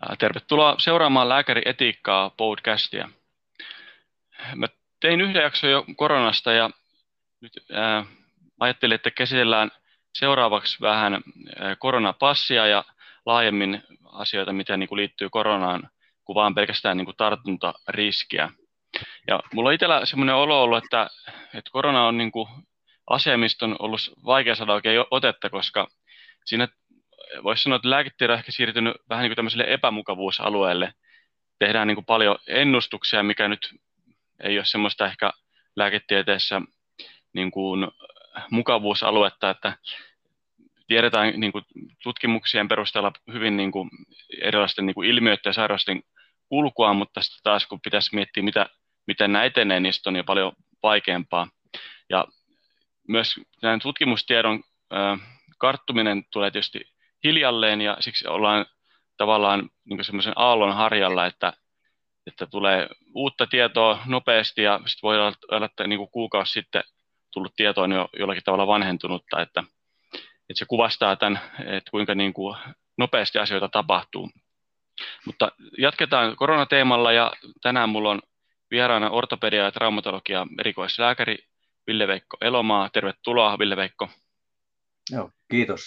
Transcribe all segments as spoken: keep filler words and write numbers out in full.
Tervetuloa seuraamaan Lääkärietiikkaa podcastia. Mä tein yhden jakson jo koronasta ja nyt ää, ajattelin, että käsitellään seuraavaksi vähän ää, koronapassia ja laajemmin asioita, mitä niin kuin liittyy koronaan, kuin vaan pelkästään niin kuin tartuntariskiä. Ja mulla on itsellä semmoinen olo ollut, että, että korona on niin kuin asia, mistä on ollut vaikea saada oikein otetta, koska siinä voisi sanoa, että lääketiede on ehkä siirtynyt vähän niin kuin tämmöiselle epämukavuusalueelle. Tehdään niin kuin paljon ennustuksia, mikä nyt ei ole semmoista ehkä lääketieteessä niin kuin mukavuusaluetta, että tiedetään niin kuin tutkimuksien perusteella hyvin niin kuin erilaisten niin kuin ilmiöiden ja sairausten kulkua, mutta sitten taas kun pitäisi miettiä, mitä, miten nämä etenee, niin on jo paljon vaikeampaa. Ja myös tämän tutkimustiedon äh, karttuminen tulee tietysti hiljalleen ja siksi ollaan tavallaan niin semmoisen aallon harjalla, että, että tulee uutta tietoa nopeasti ja sitten voi olla, että niin kuin kuukausi sitten tullut tietoa on jo jollakin tavalla vanhentunutta, että, että se kuvastaa tämän, että kuinka niin kuin nopeasti asioita tapahtuu. Mutta jatketaan koronateemalla ja tänään mulla on vieraana ortopedia ja traumatologia erikoislääkäri Ville-Veikko Elomaa. Tervetuloa, Ville-Veikko. Joo, kiitos.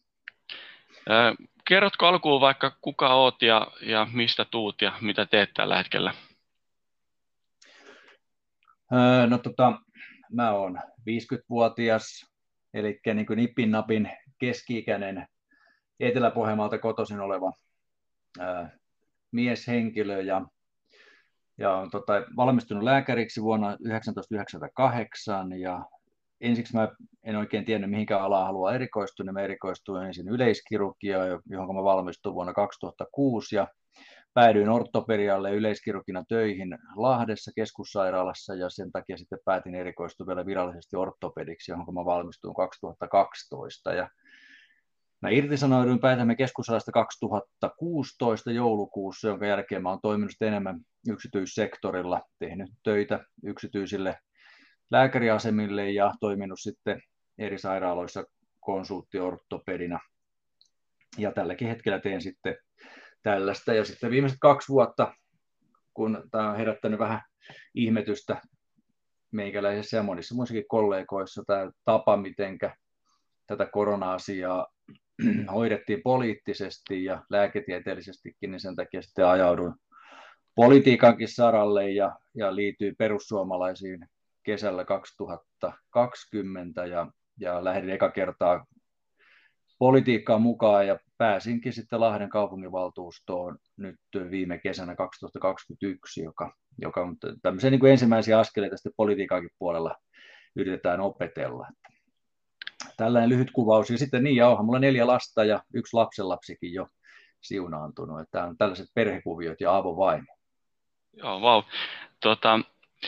Kerrotko alkuun vaikka kuka oot ja, ja mistä tuut ja mitä teet tällä hetkellä? No tota, mä oon viisikymmentävuotias, eli niin kuin nipin napin keski-ikäinen Etelä-Pohjanmaalta kotoisin oleva ää, mieshenkilö ja, ja on tota, valmistunut lääkäriksi vuonna tuhatyhdeksänsataayhdeksänkymmentäkahdeksan ja ensiksi mä en oikein tiennyt, mihinkä alaan haluaa erikoistua, niin mä erikoistuin ensin yleiskirurgiaan, johon mä valmistuin vuonna kaksituhattakuusi ja päädyin ortopedialle yleiskirurgina töihin Lahdessa keskussairaalassa ja sen takia sitten päätin erikoistua vielä virallisesti ortopediksi, johon mä valmistuin kaksituhattakaksitoista. Ja mä irtisanouduin Päijät-Hämeen keskussairaalasta kaksituhattakuusitoista joulukuussa, jonka jälkeen mä oon toiminut enemmän yksityissektorilla, tehnyt töitä yksityisille lääkäriasemille ja toiminut sitten eri sairaaloissa konsulttiortopedina. Ja tälläkin hetkellä teen sitten tällaista. Ja sitten viimeiset kaksi vuotta, kun tämä on herättänyt vähän ihmetystä meikäläisessä ja monissa muissakin kollegoissa, tämä tapa, miten tätä korona-asiaa hoidettiin poliittisesti ja lääketieteellisestikin, niin sen takia sitten ajauduin politiikankin saralle ja, ja liityin perussuomalaisiin kesällä kaksituhattakaksikymmentä ja, ja lähdin eka kertaa politiikkaan mukaan ja pääsinkin sitten Lahden kaupunginvaltuustoon nyt viime kesänä kaksituhattakaksikymmentäyksi, joka, joka on tämmöisiä niin kuin ensimmäisiä askeleita sitten politiikankin puolella yritetään opetella. Tällainen lyhyt kuvaus. Ja sitten niin, ja onhan mulla neljä lasta ja yksi lapsenlapsikin jo siunaantunut. Että on tällaiset perhekuviot ja avovaimo. Joo, vau. Wow. Tota,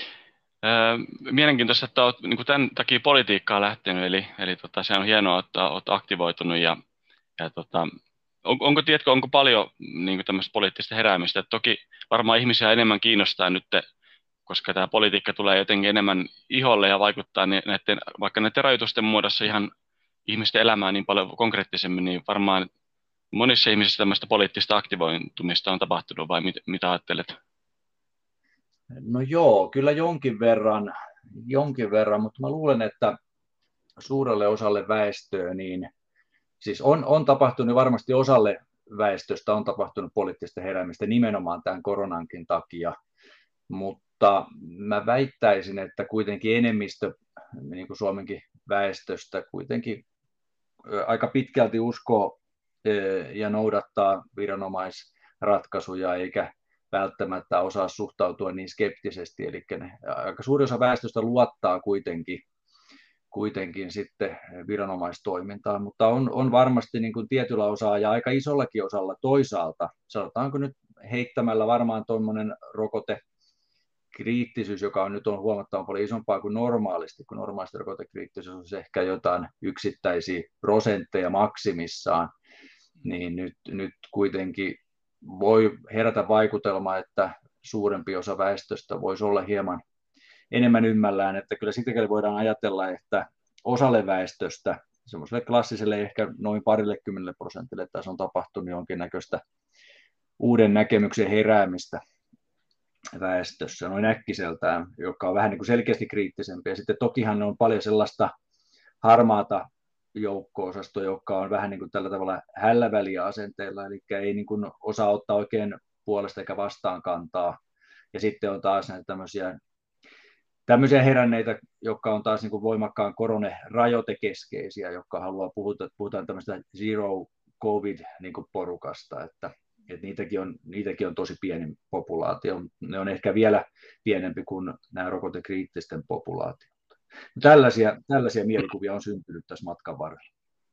Mielenkiintoista, että olet niin kuin tämän takia politiikkaan lähtenyt, eli, eli tota, se on hienoa, että olet aktivoitunut. Ja, ja tota, on, onko, tiedätkö, onko paljon niin kuin tämmöistä poliittista heräämistä? Et toki varmaan ihmisiä enemmän kiinnostaa nyt, koska tämä politiikka tulee jotenkin enemmän iholle ja vaikuttaa näiden, vaikka näiden rajoitusten muodossa ihan ihmisten elämään niin paljon konkreettisemmin, niin varmaan monissa ihmisissä tämmöistä poliittista aktivoitumista on tapahtunut, vai mit, mitä ajattelet? No joo, kyllä jonkin verran, jonkin verran, mutta mä luulen, että suurelle osalle väestöä, niin siis on, on tapahtunut varmasti osalle väestöstä on tapahtunut poliittista heräämistä nimenomaan tämän koronankin takia, mutta mä väittäisin, että kuitenkin enemmistö niin kuin Suomenkin väestöstä kuitenkin aika pitkälti uskoo ja noudattaa viranomaisratkaisuja eikä välttämättä osaa suhtautua niin skeptisesti, eli ne, aika suuri osa väestöstä luottaa kuitenkin, kuitenkin sitten viranomaistoimintaan, mutta on, on varmasti niin kuin tietyllä osaa ja aika isollakin osalla toisaalta, sanotaanko nyt heittämällä varmaan tuommoinen rokotekriittisyys, joka on nyt on huomattavan paljon isompaa kuin normaalisti, kun normaalisti rokotekriittisyys on ehkä jotain yksittäisiä prosentteja maksimissaan, niin nyt, nyt kuitenkin voi herätä vaikutelma, että suurempi osa väestöstä voisi olla hieman enemmän ymmällään, että kyllä sitäkin voidaan ajatella, että osalle väestöstä, semmoiselle klassiselle ehkä noin parille kymmenelle prosentille tässä on tapahtunut jonkinnäköistä uuden näkemyksen heräämistä väestössä noin äkkiseltään, joka on vähän niin kuin selkeästi kriittisempi. Ja sitten tokihan on paljon sellaista harmaata joukko-osastoa, joka on vähän niin kuin tällä tavalla hälläväliä asenteella, eli ei niin kuin osaa ottaa oikein puolesta eikä vastaan kantaa. Ja sitten on taas näitä tämmöisiä, tämmöisiä heränneitä, jotka on taas niin kuin voimakkaan koronerajoitekeskeisiä, jotka haluaa puhuta, puhutaan tämmöistä zero covid-porukasta, että että niitäkin on, niitäkin on tosi pieni populaatio. Ne on ehkä vielä pienempi kuin nämä rokotekriittisten populaatiot. Tällaisia, tällaisia mielikuvia on syntynyt tässä matkan varrella.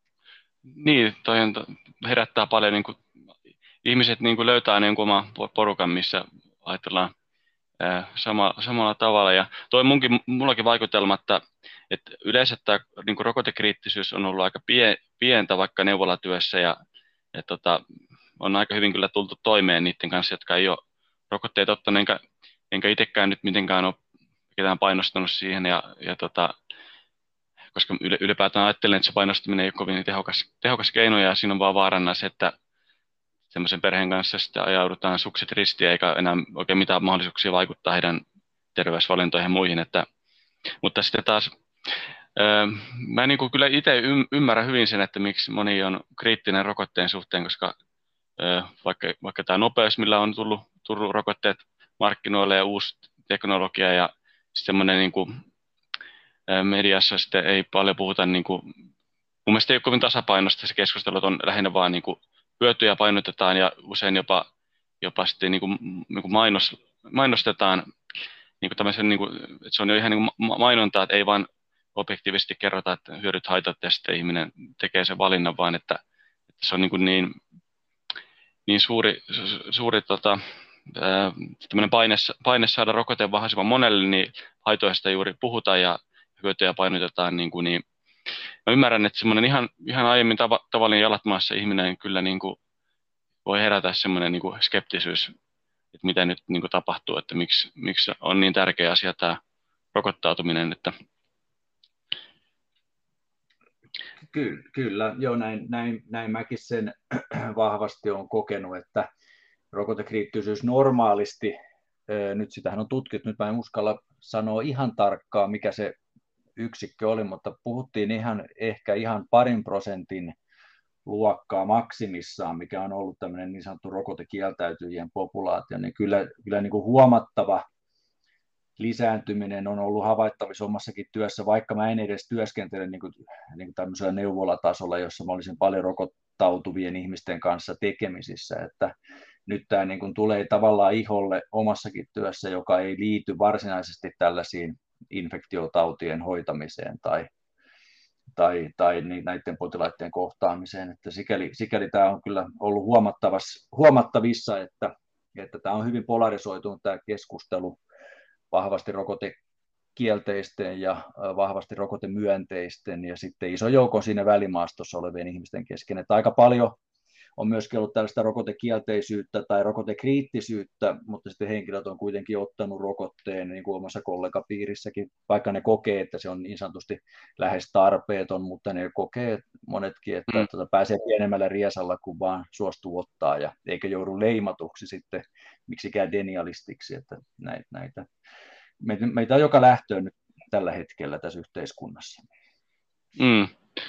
Niin, toi on, herättää paljon, niin kuin, ihmiset niin kuin löytää niin kuin oma porukan, missä ajatellaan ää, sama, samalla tavalla. Ja toi munkin, mullakin vaikutelma, että, että yleensä tämä niin kuin rokotekriittisyys on ollut aika pie, pientä vaikka neuvolatyössä ja, ja tota, on aika hyvin kyllä tultu toimeen niiden kanssa, jotka ei ole rokotteet ottanut, enkä, enkä itsekään nyt mitenkään ole ketään painostanut siihen, ja, ja tota, koska ylipäätään ajattelen, että se painostaminen ei ole kovin tehokas, tehokas keino, ja siinä on vaan vaarana se, että semmoisen perheen kanssa sitten ajaudutaan sukset ristiin, eikä enää oikein mitään mahdollisuuksia vaikuttaa heidän terveysvalintoihin ja muihin. Että, mutta sitten taas, öö, mä niin kuin kyllä itse ymmärrän hyvin sen, että miksi moni on kriittinen rokotteen suhteen, koska Vaikka, vaikka tämä nopeus, millä on tullut, tullut rokotteet markkinoille ja uusi teknologia ja semmoinen niin kuin, mediassa sitten ei paljon puhuta, niin kuin, mun mielestä ei ole kovin tasapainosta se keskustelu, on lähinnä vaan niin kuin, hyötyjä painotetaan ja usein jopa, jopa sitten niin kuin, niin kuin mainos, mainostetaan, niin kuin tämmöisen, niin kuin, että se on jo ihan niin kuin mainontaa, että ei vaan objektiivisesti kerrota, että hyödyt haitat ja sitten ihminen tekee sen valinnan, vaan että, että se on niin, kuin niin niin suuri, suuri tota, paine, paine saada rokote mahdollisimman monelle, niin haitoista juuri puhutaan ja hyötyjä painotetaan. Niin kuin, niin mä ymmärrän, että semmoinen ihan, ihan aiemmin tava, tavallinen jalat maassa ihminen kyllä niin kuin, voi herätä semmoinen niin kuin skeptisyys, että mitä nyt niin kuin, tapahtuu, että miksi, miksi on niin tärkeä asia tämä rokottautuminen. Että Kyllä, kyllä. Joo, näin, näin, näin mäkin sen vahvasti olen kokenut, että rokotekriittisyys normaalisti, nyt sitähän on tutkittu, nyt mä en uskalla sanoa ihan tarkkaan, mikä se yksikkö oli, mutta puhuttiin ihan, ehkä ihan parin prosentin luokkaa maksimissaan, mikä on ollut tämmöinen niin sanottu rokotekieltäytyjien populaatio, niin kyllä, kyllä niin kuin huomattava lisääntyminen on ollut havaittavissa omassakin työssä, vaikka mä en edes työskentele niin kuin, niin kuin tämmöisellä neuvolatasolla, jossa mä olisin paljon rokottautuvien ihmisten kanssa tekemisissä, että nyt tämä niin kuin tulee tavallaan iholle omassakin työssä, joka ei liity varsinaisesti tällaisiin infektiotautien hoitamiseen tai, tai, tai näiden potilaiden kohtaamiseen, että sikäli, sikäli tämä on kyllä ollut huomattavissa, että, että tämä on hyvin polarisoitunut tämä keskustelu vahvasti rokotekielteisten ja vahvasti rokotemyönteisten ja sitten iso joukko siinä välimaastossa olevien ihmisten kesken. Että aika paljon on myöskin ollut tällaista rokotekielteisyyttä tai rokotekriittisyyttä, mutta sitten henkilöt on kuitenkin ottanut rokotteen niin kuin omassa kollegapiirissäkin, vaikka ne kokee, että se on niin sanotusti lähes tarpeeton, mutta ne kokee monetkin, että mm. tuota, pääsee pienemmällä riesalla, kun vaan suostuu ottaa ja eikä joudu leimatuksi sitten miksikään denialistiksi, että näitä, näitä. Meitä, meitä on joka lähtöön nyt tällä hetkellä tässä yhteiskunnassa. Mm.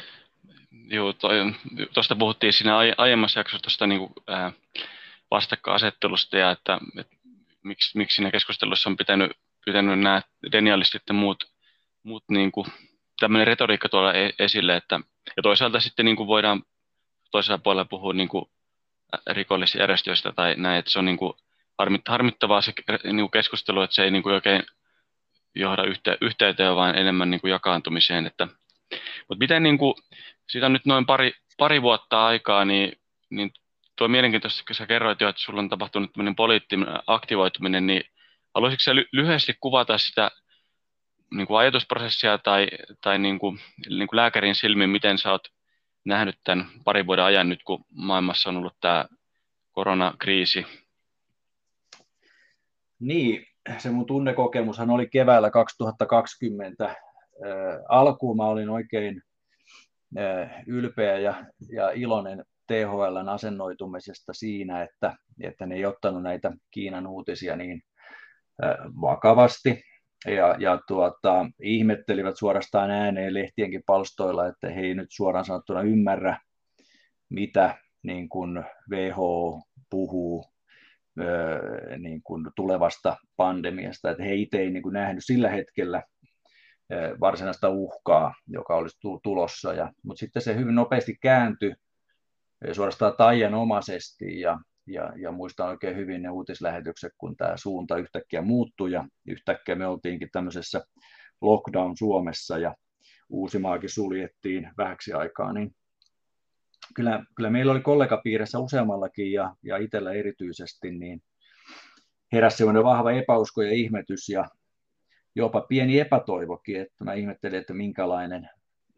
Joo, tuosta puhuttiin siinä aiemmassa jaksossa tuosta niin kuin, äh, vastakkainasettelusta ja että, että miksi, miksi siinä keskustelussa on pitänyt, pitänyt nämä denialistit ja muut, muut niin kuin, tämmöinen retoriikka tuolla esille, että, ja toisaalta sitten niin kuin voidaan toisella puolella puhua niin kuin rikollisjärjestöistä tai näin, että se on niin kuin harmittavaa se niin kuin keskustelu, että se ei niin kuin oikein johda yhte, yhteyteen, vaan enemmän niin kuin jakaantumiseen, että mutta miten niin kuin, siitä on nyt noin pari, pari vuotta aikaa, niin, niin tuo mielenkiintoista, kun sä kerroit jo, että sulla on tapahtunut tämmöinen poliittinen aktivoituminen, niin haluaisitko sä ly- lyhyesti kuvata sitä niin kuin ajatusprosessia tai, tai niin kuin, niin kuin lääkärin silmin, miten sä oot nähnyt tämän parin vuoden ajan nyt, kun maailmassa on ollut tämä koronakriisi? Niin, se mun tunnekokemushan oli keväällä kaksituhattakaksikymmentä. Alkuun mä olin oikein ylpeä ja, ja iloinen T H L:n asennoitumisesta siinä, että, että ne ei ottanut näitä Kiinan uutisia niin vakavasti ja, ja tuota, ihmettelivät suorastaan ääneen lehtienkin palstoilla, että he ei nyt suoraan sanottuna ymmärrä, mitä niin kuin W H O puhuu öö, niin kuin tulevasta pandemiasta, että he itse ei niin kuin nähnyt sillä hetkellä öö, varsinaista uhkaa, joka olisi tulossa, ja, mutta sitten se hyvin nopeasti kääntyi suorastaan taianomaisesti, ja, ja, ja muistan oikein hyvin ne uutislähetykset, kun tämä suunta yhtäkkiä muuttui, ja yhtäkkiä me oltiinkin tämmöisessä lockdown Suomessa, ja Uusimaakin suljettiin vähäksi aikaa, niin Kyllä, kyllä meillä oli kollegapiirissä useammallakin ja, ja itsellä erityisesti, niin heräsi sellainen vahva epäusko ja ihmetys ja jopa pieni epätoivokin, että mä ihmettelin, että minkälainen,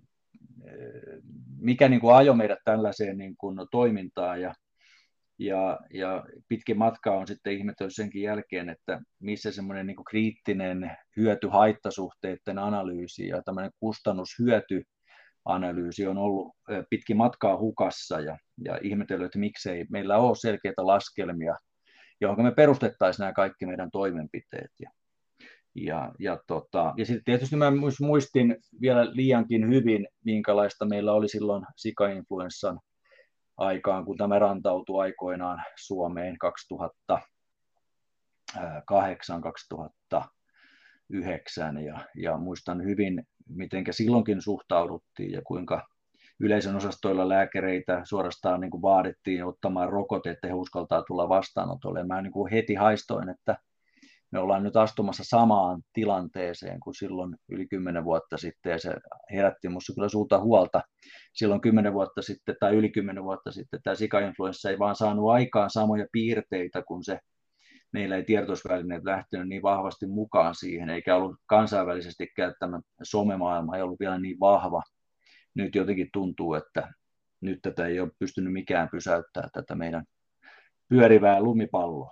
mikä niin kuin ajoi meidät tällaiseen niin kuin toimintaan ja, ja, ja pitkin matkaa on sitten ihmetellyt senkin jälkeen, että missä semmoinen niin kuin kriittinen hyöty-haittasuhteiden analyysi ja tämmöinen kustannushyöty analyysi on ollut pitkin matkaa hukassa ja, ja ihmetellyt, että miksei meillä ole selkeitä laskelmia, johon me perustettaisiin nämä kaikki meidän toimenpiteet. Ja, ja, ja, tota, ja sitten tietysti mä muistin vielä liiankin hyvin, minkälaista meillä oli silloin sikainfluenssan aikaan, kun tämä rantautui aikoinaan Suomeen kaksituhattakahdeksan kaksituhattayhdeksän ja, ja muistan hyvin, miten silloinkin suhtauduttiin ja kuinka yleisön osastoilla lääkäreitä suorastaan niin kuin vaadittiin ottamaan rokote, että he uskaltaa tulla vastaanotolle. Mä niin kuin heti haistoin, että me ollaan nyt astumassa samaan tilanteeseen kuin silloin yli kymmenen vuotta sitten, ja se herätti minussa kyllä suurta huolta. Silloin kymmenen vuotta sitten tai yli kymmenen vuotta sitten tämä sikainfluenssa ei vaan saanut aikaan samoja piirteitä kuin se. Meillä ei tiedotusvälineet lähtenyt niin vahvasti mukaan siihen, eikä ollut kansainvälisesti tämä somemaailma ei ollut vielä niin vahva. Nyt jotenkin tuntuu, että nyt tätä ei ole pystynyt mikään pysäyttämään tätä meidän pyörivää lumipalloa.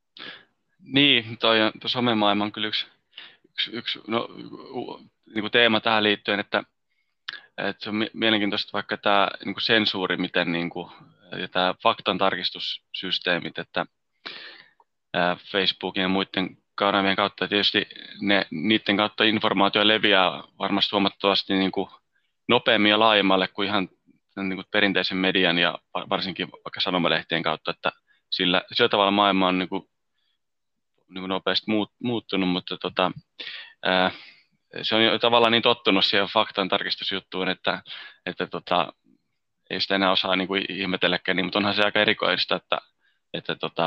Niin, toi, toi somemaailma on kyllä yksi, yksi, yksi no, niin kuin teema tähän liittyen, että, että se on mielenkiintoista vaikka tämä niin kuin sensuuri, miten niin kuin, ja tämä faktan tarkistussysteemit, että Facebookin ja muiden kanavien kautta. Tietysti ne, niiden kautta informaatio leviää varmasti huomattavasti niin kuin nopeammin ja laajemmalle kuin ihan niin kuin perinteisen median ja varsinkin vaikka sanomalehtien kautta, että sillä, sillä tavalla maailma on niin kuin, niin kuin nopeasti muut, muuttunut, mutta tota, ää, se on jo tavallaan niin tottunut siihen faktan tarkistusjuttuun, että, että tota, ei sitä enää osaa niin kuin ihmetelläkään, niin, mutta onhan se aika erikoista, että, että tota,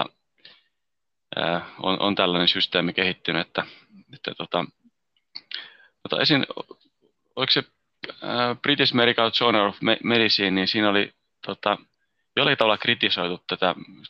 On, on tällainen systeemi kehittynyt, että, että tota, tota esiin, oliko se äh, British Medical Journal of Medicine, niin siinä oli tota, jollain tavalla kritisoitu tätä,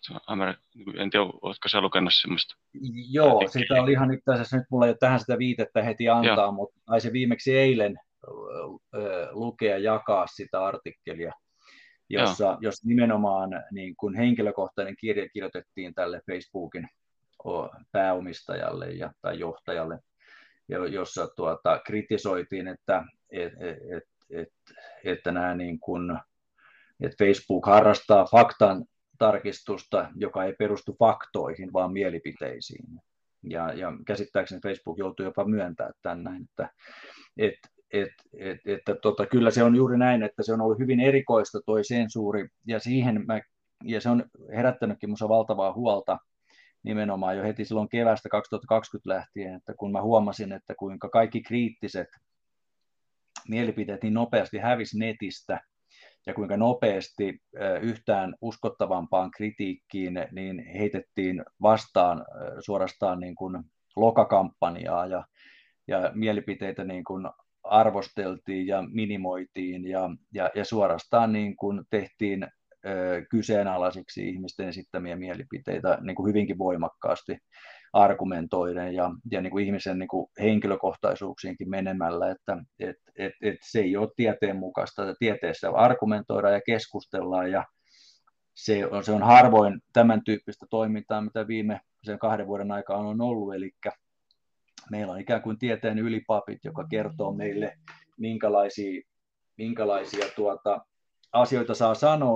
en tiedä, oletko sä lukenut semmoista? Joo, artikkelia? Siitä oli ihan itse asiassa, nyt mulla ei ole tähän sitä viitettä heti antaa, Joo. Mutta taisin viimeksi eilen äh, lukea, jakaa sitä artikkelia, jossa, jossa nimenomaan niin kun henkilökohtainen kirja kirjoitettiin tälle Facebookin pääomistajalle ja, tai johtajalle, jossa tuota, kritisoitiin, että, et, et, et, että, nämä niin kuin, että Facebook harrastaa faktan tarkistusta, joka ei perustu faktoihin, vaan mielipiteisiin. Ja, ja käsittääkseni Facebook joutuu jopa myöntämään tämän näin, että, et, et, et, että tota, kyllä se on juuri näin, että se on ollut hyvin erikoista toi sensuuri, ja, siihen mä, ja se on herättänytkin minussa valtavaa huolta, nimenomaan jo heti silloin keväästä kaksituhattakaksikymmentä lähtien, että kun mä huomasin, että kuinka kaikki kriittiset mielipiteet niin nopeasti hävisi netistä ja kuinka nopeasti yhtään uskottavampaan kritiikkiin niin heitettiin vastaan suorastaan niin kuin lokakampanjaa ja, ja mielipiteitä niin kuin arvosteltiin ja minimoitiin ja, ja, ja suorastaan niin kuin tehtiin kyseenalaisiksi ihmisten esittämiä mielipiteitä niin kuin hyvinkin voimakkaasti argumentoiden ja, ja niin kuin ihmisen niin kuin henkilökohtaisuuksiinkin menemällä, että et, et, et se ei ole tieteen mukaista, että tieteessä argumentoidaan ja keskustellaan ja se on, se on harvoin tämän tyyppistä toimintaa, mitä viime sen kahden vuoden aikaan on ollut, eli meillä on ikään kuin tieteen ylipapit, joka kertoo meille, minkälaisia, minkälaisia tuota, asioita saa sanoa ja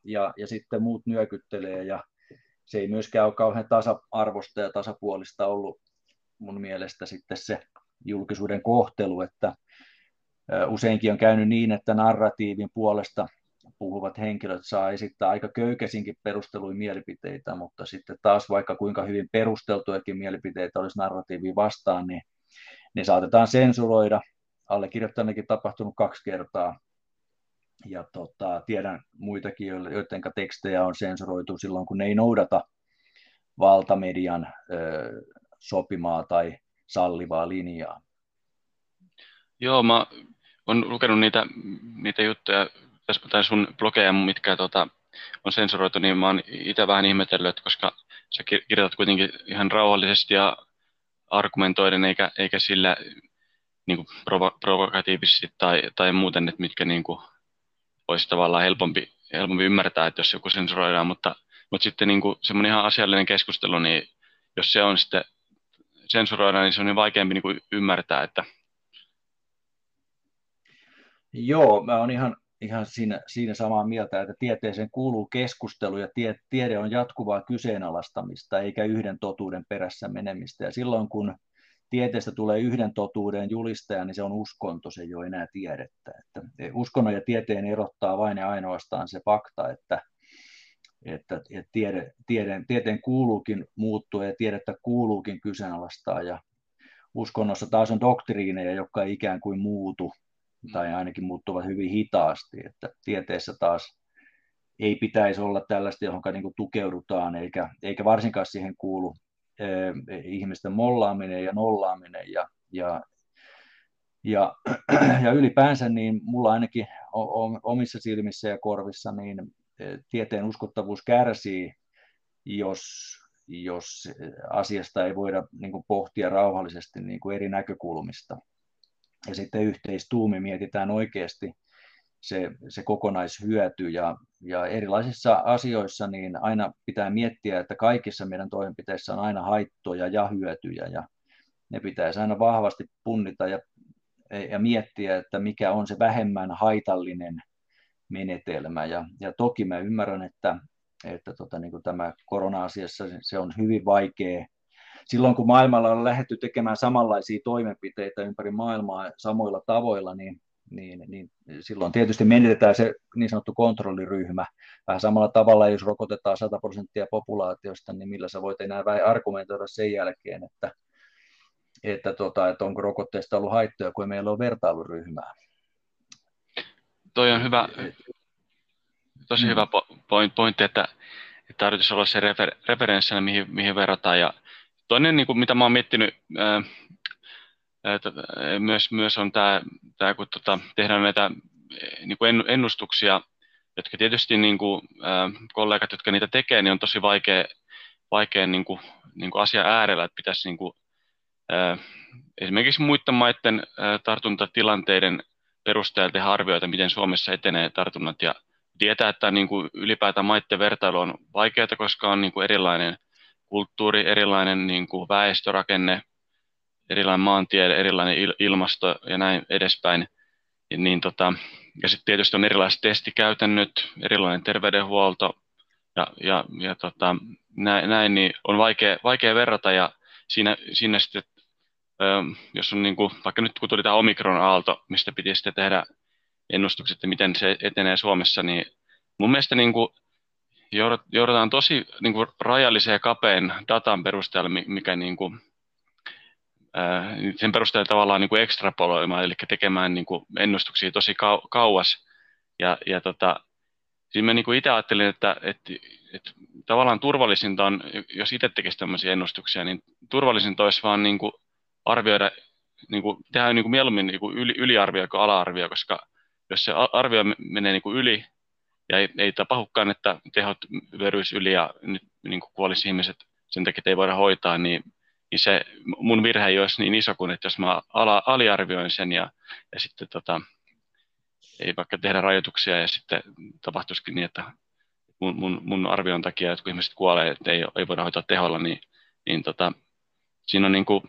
ja, ja sitten muut nyökyttelee, ja se ei myöskään ole kauhean tasa-arvosta ja tasapuolista ollut mun mielestä sitten se julkisuuden kohtelu, että useinkin on käynyt niin, että narratiivin puolesta puhuvat henkilöt saa esittää aika köykäisinkin perusteluja mielipiteitä, mutta sitten taas vaikka kuinka hyvin perusteltujakin mielipiteitä olisi narratiiviin vastaan, niin ne saatetaan sensuroida. Allekirjoittaneekin tapahtunut kaksi kertaa. Ja tota, tiedän muitakin, joiden tekstejä on sensuroitu silloin, kun ne ei noudata valtamedian ö, sopimaa tai sallivaa linjaa. Joo, mä oon lukenut niitä, niitä juttuja tai sun blogeja, mitkä tota, on sensuroitu, niin mä oon itse vähän ihmetellyt, että koska sä kirjoitat kuitenkin ihan rauhallisesti ja argumentoiden, eikä, eikä sillä niin kuin provo- provokatiivisesti tai, tai muuten, että mitkä niin kuin, olisi tavallaan helpompi, helpompi ymmärtää, että jos joku sensuroidaan, mutta, mutta sitten niin kuin semmoinen ihan asiallinen keskustelu, niin jos se on sitten sensuroidaan, niin se on niin vaikeampi niin kuin ymmärtää, että Joo, mä oon ihan, ihan siinä, siinä samaa mieltä, että tieteeseen kuuluu keskustelu ja tie, tiede on jatkuvaa kyseenalaistamista eikä yhden totuuden perässä menemistä. Ja silloin kun tieteestä tulee yhden totuuden julistaja, niin se on uskonto, se ei ole enää tiedettä. Että uskonnon ja tieteen erottaa vain ja ainoastaan se fakta, että, että, että tiede, tiede, tieteen kuuluukin muuttua ja tiedettä kuuluukin kyseenalaistaa. Ja uskonnossa taas on doktriineja, jotka ei ikään kuin muutu tai ainakin muuttuvat hyvin hitaasti, että tieteessä taas ei pitäisi olla tällaista, johon niin kuin tukeudutaan, eikä, eikä varsinkaan siihen kuulu eh, ihmisten mollaaminen ja nollaaminen, ja, ja, ja, ja ylipäänsä niin mulla ainakin omissa silmissä ja korvissa niin tieteen uskottavuus kärsii, jos, jos asiasta ei voida niin kuin pohtia rauhallisesti niin kuin eri näkökulmista. Ja sitten yhteistuumi mietitään oikeasti se, se kokonaishyöty, ja, ja erilaisissa asioissa niin aina pitää miettiä, että kaikissa meidän toimenpiteissä on aina haittoja ja hyötyjä, ja ne pitäisi aina vahvasti punnita ja, ja miettiä, että mikä on se vähemmän haitallinen menetelmä, ja, ja toki mä ymmärrän, että, että tota, niin kuin tämä korona-asiassa se on hyvin vaikea. Silloin kun maailmalla on lähdetty tekemään samanlaisia toimenpiteitä ympäri maailmaa samoilla tavoilla, niin, niin, niin silloin tietysti menetetään se niin sanottu kontrolliryhmä. Vähän samalla tavalla, jos rokotetaan sata prosenttia populaatiosta, niin millä sä voit enää argumentoida sen jälkeen, että, että, tota, että onko rokotteesta ollut haittoja, kun meillä on vertailuryhmää. Toi on hyvä, tosi mm. hyvä pointti, että, että tarvitsisi olla se refer, referenssinä, mihin, mihin verrataan. Ja toinen, niin kuin, mitä mä oon miettinyt, ää, että myös, myös on tämä, tämä kun tota, tehdään näitä niin kuin ennustuksia, jotka tietysti niin kuin, ää, kollegat, jotka niitä tekee, niin on tosi vaikea, vaikea niin kuin, niin kuin asia äärellä, että pitäisi niin kuin, ää, esimerkiksi muiden maiden ää, tartuntatilanteiden perusteella tehdä arvioita, miten Suomessa etenee tartunnat, ja tietää, että niin kuin ylipäätään maiden vertailu on vaikeaa, koska on niin kuin erilainen kulttuuri, erilainen niin kuin väestörakenne, erilainen maantiede, erilainen il- ilmasto ja näin edespäin. Ja, niin, tota, ja sitten tietysti on erilaiset testikäytännöt, erilainen terveydenhuolto ja, ja, ja tota, näin, näin, niin on vaikea, vaikea verrata. Ja siinä, siinä sitten, jos on niin kuin, vaikka nyt kun tuli tämä Omikron-aalto, mistä piti sitten tehdä ennustukset, että miten se etenee Suomessa, niin mun mielestä niin kuin joudutaan tosi niin kuin rajallisen ja kapean datan perusteella, mikä niin kuin, ää, sen perusteella tavallaan niin kuin ekstrapoloimaan, eli tekemään niin kuin ennustuksia tosi kau- kauas. Ja, ja tota, siinä mä niin kuin itse ajattelin, että, että, että tavallaan turvallisinta on, jos itse tekisi tämmöisiä ennustuksia, niin turvallisinta olisi vaan niin kuin arvioida, niin kuin, tehdä niin kuin mieluummin niin kuin yli, yliarvio kuin ala-arvio, koska jos se arvio menee niin kuin yli, ja ei, ei tapahdukaan, että tehot vyöryisi yli ja nyt niin kuin kuolisi ihmiset sen takia, että ei voida hoitaa, niin, niin se mun virhe ei olisi niin iso kuin, että jos mä ala, aliarvioin sen ja, ja sitten tota, ei vaikka tehdä rajoituksia ja sitten tapahtuisikin niin, että mun, mun, mun arvion takia jotkut ihmiset kuolee, että ei, ei voida hoitaa teholla, niin, niin tota, siinä on niin kuin,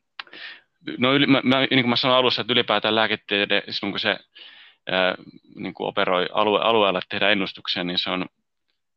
no yli, mä, mä, niin kuin mä sanoin alussa, että ylipäätään lääketiede, silloin kun se ää, niin kuin operoi alue, alueella, että tehdään ennustuksia, niin se on,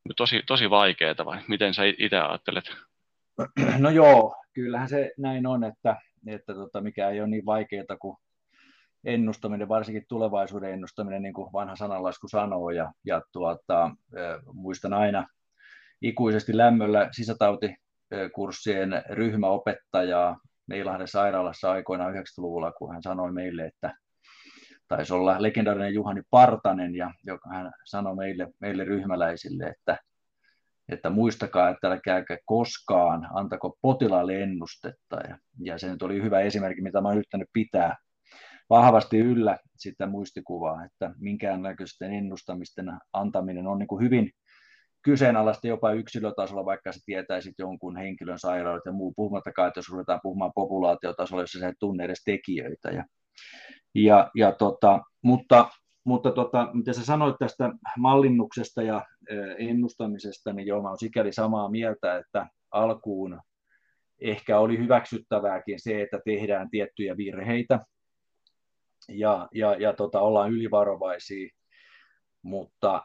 tosi, tosi vaikeaa, vai miten sä itse ajattelet? No joo, kyllähän se näin on, että, että tota, mikä ei ole niin vaikeaa kuin ennustaminen, varsinkin tulevaisuuden ennustaminen, niin kuin vanha sananlasku sanoo, ja, ja tuota, muistan aina ikuisesti lämmöllä sisätautikurssien ryhmäopettajaa Meilahden sairaalassa aikoinaan yhdeksänkymmentäluvulla, kun hän sanoi meille, että taisi olla legendaarinen Juhani Partanen, ja joka hän sanoi meille, meille ryhmäläisille, että, että muistakaa, että älkääkä koskaan antako potilaalle ennustetta. Ja, ja se nyt oli hyvä esimerkki, mitä mä olen yrittänyt pitää vahvasti yllä sitä muistikuvaa, että minkäännäköisten ennustamisten antaminen on niin kuin hyvin kyseenalaista jopa yksilötasolla, vaikka sä tietäisit jonkun henkilön sairaudet ja muu, puhumattakaan, että jos ruvetaan puhumaan populaatiotasolla, jossa sä et tunne edes tekijöitä. Ja, ja, ja tota, mutta mutta tota, mitä sä sanoit tästä mallinnuksesta ja ennustamisesta, niin joo, mä olen sikäli samaa mieltä, että alkuun ehkä oli hyväksyttävääkin se, että tehdään tiettyjä virheitä ja, ja, ja tota, ollaan ylivarovaisia, mutta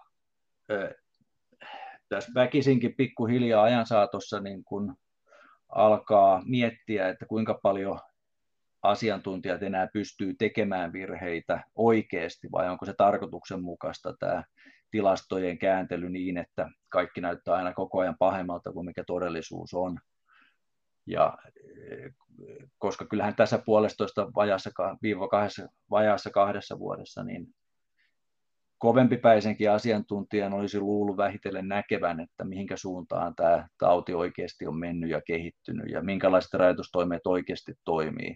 tässä väkisinkin pikkuhiljaa ajan saatossa niin kun alkaa miettiä, että kuinka paljon asiantuntijat enää pystyy tekemään virheitä oikeasti, vai onko se tarkoituksenmukaista tämä tilastojen kääntely niin, että kaikki näyttää aina koko ajan pahemmalta kuin mikä todellisuus on. Ja, koska kyllähän tässä puolestoista vajassa, viiva kahdessa, vajassa kahdessa vuodessa, niin kovempipäisenkin asiantuntijan olisi luullut vähitellen näkevän, että mihinkä suuntaan tämä tauti oikeasti on mennyt ja kehittynyt ja minkälaiset rajoitustoimet oikeasti toimii.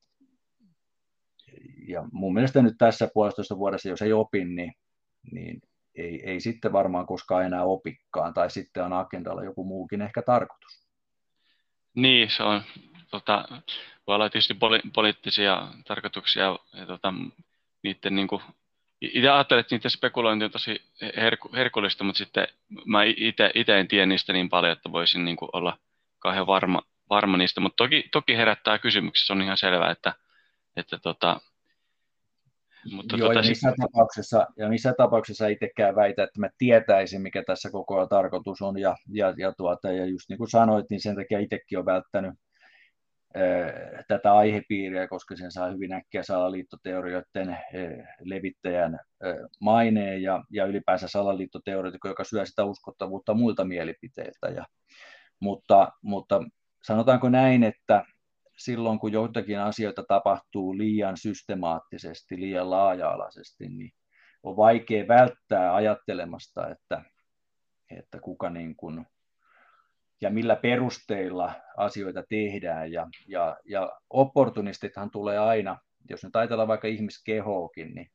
Ja mun mielestä nyt tässä puolestoista vuodessa, jos ei opi, niin, niin ei, ei sitten varmaan koskaan enää opikkaan, tai sitten on agendalla joku muukin ehkä tarkoitus. Niin, se on, tota, voi olla tietysti poli- poliittisia tarkoituksia, ja tota, niiden niin kuin, itse ajattelen, että niiden spekulointi on tosi herku, herkullista, mutta sitten mä itse en tiedä niistä niin paljon, että voisin niin kuin olla kauhean varma, varma niistä, mutta toki, toki herättää kysymyksiä, se on ihan selvää, että, että tota, mutta Joo, tota, ja, missä sit... tapauksessa, ja missä tapauksessa itsekään väitä, että mä tietäisin, mikä tässä koko ajan tarkoitus on, ja, ja, ja, tuota, ja just niin kuin sanoit, niin sen takia itsekin on välttänyt ää, tätä aihepiiriä, koska sen saa hyvin äkkiä salaliittoteorioiden ää, levittäjän ää, maineen, ja, ja ylipäänsä salaliittoteorioita, joka syö sitä uskottavuutta muilta mielipiteiltä. Ja, mutta, mutta sanotaanko näin, että silloin, kun joitakin asioita tapahtuu liian systemaattisesti, liian laaja-alaisesti, niin on vaikea välttää ajattelemasta, että, että kuka niin kuin, ja millä perusteilla asioita tehdään. Ja, ja, ja opportunistithan tulee aina, jos nyt ajatellaan vaikka ihmiskehoakin, niin,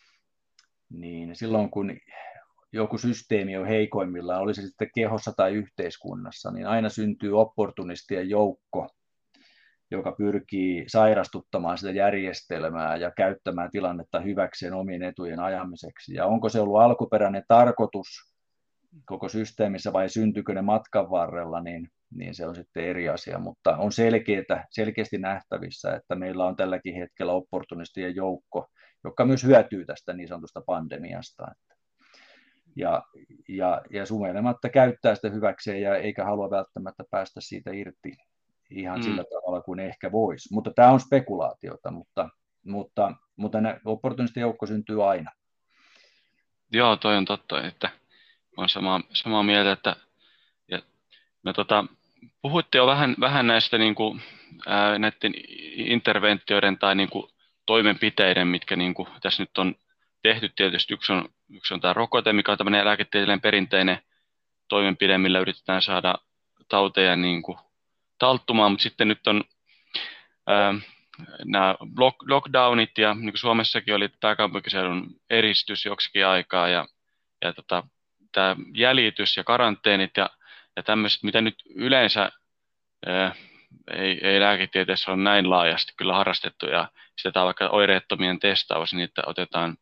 niin silloin kun joku systeemi on heikoimmillaan, olisi se sitten kehossa tai yhteiskunnassa, niin aina syntyy opportunistien joukko, joka pyrkii sairastuttamaan sitä järjestelmää ja käyttämään tilannetta hyväkseen omien etujen ajamiseksi. Ja onko se ollut alkuperäinen tarkoitus koko systeemissä vai syntyykö ne matkan varrella, niin, niin se on sitten eri asia. Mutta on selkeää, selkeästi nähtävissä, että meillä on tälläkin hetkellä opportunistien joukko, joka myös hyötyy tästä niin sanotusta pandemiasta. Ja, ja, ja sumeilematta käyttää sitä hyväkseen ja eikä halua välttämättä päästä siitä irti ihan mm. sillä tavalla kuin ehkä voisi. Mutta tämä on spekulaatiota, mutta, mutta, mutta opportunistien joukko syntyy aina. Joo, toi on totta, että olen samaa, samaa mieltä, että ja me tota, puhuitte jo vähän, vähän näistä niin kuin, ää, näiden interventioiden tai niin kuin, toimenpiteiden, mitkä niin kuin, tässä nyt on tehty. Tietysti yksi on, yksi on tämä rokote, mikä on tämmöinen lääketieteellinen perinteinen toimenpide, millä yritetään saada tauteja niin kuin, talttumaan, mutta sitten nyt on ää, nämä lock, lockdownit ja niin kuin Suomessakin oli pääkaupunkiseudun eristys joksikin aikaa ja, ja tota, tämä jäljitys ja karanteenit ja, ja tämmöiset, mitä nyt yleensä ää, ei, ei lääketieteessä ole näin laajasti kyllä harrastettu ja sitä vaikka oireettomien testaus, niin että otetaan,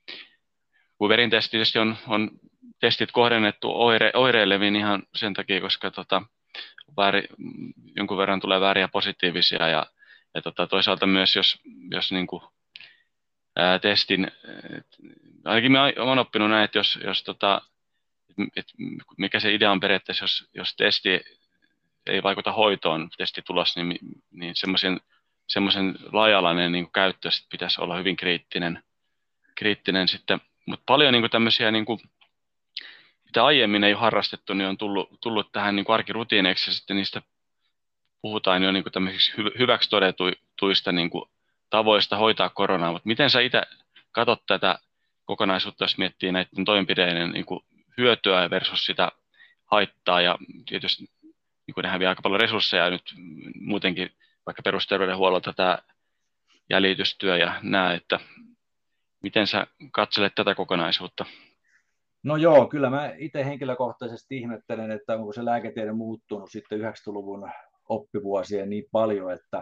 kun verintesti tietysti on, on testit kohdennettu oire, oireileviin ihan sen takia, koska tota, vääri, jonkun verran tulee vääriä positiivisia ja, ja tota, toisaalta myös jos, jos niin kuin, ää, testin, ainakin mä olen oppinut näin, että jos, jos tota, että mikä se idea on periaatteessa, jos, jos testi ei vaikuta hoitoon, testitulos, niin, niin semmoisen semmoisen laaja-alainen niin kuin käyttö sit pitäisi olla hyvin kriittinen, kriittinen sitten. Mutta paljon niin kuin tämmöisiä, niin kuin, mitä aiemmin ei ole harrastettu, niin on tullut, tullut tähän niin kuin arkirutiineiksi, ja sitten niistä puhutaan jo niin kuin tämmöisiksi hy- hyväksi todetuista niin kuin tavoista hoitaa koronaa. Mutta miten sä itse katsot tätä kokonaisuutta, jos miettii näiden toimenpiteiden niin kuin hyötyä versus sitä haittaa, ja tietysti niin kuin nehän vie aika paljon resursseja nyt muutenkin, vaikka perusterveydenhuollolta tämä jäljitystyö ja nämä, että miten sä katselet tätä kokonaisuutta? No joo, kyllä mä itse henkilökohtaisesti ihmettelen, että onko se lääketiede muuttunut sitten yhdeksänkymmentäluvun oppivuosien niin paljon, että,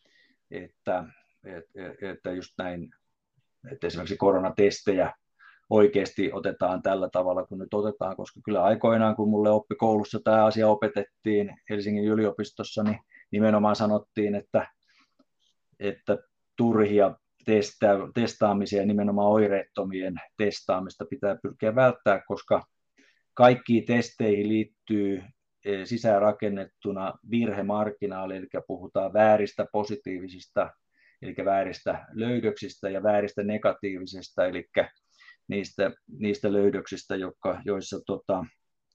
että, että, että just näin, että esimerkiksi koronatestejä oikeasti otetaan tällä tavalla kuin nyt otetaan, koska kyllä aikoinaan, kun mulle oppikoulussa tämä asia opetettiin Helsingin yliopistossa, niin nimenomaan sanottiin, että, että turhia testa, testaamisia ja nimenomaan oireettomien testaamista pitää pyrkiä välttää, koska kaikkiin testeihin liittyy sisäänrakennettuna virhemarginaali, eli puhutaan vääristä positiivisista, eli vääristä löydöksistä ja vääristä negatiivisista, eli niistä, niistä löydöksistä, jotka, joissa, tota,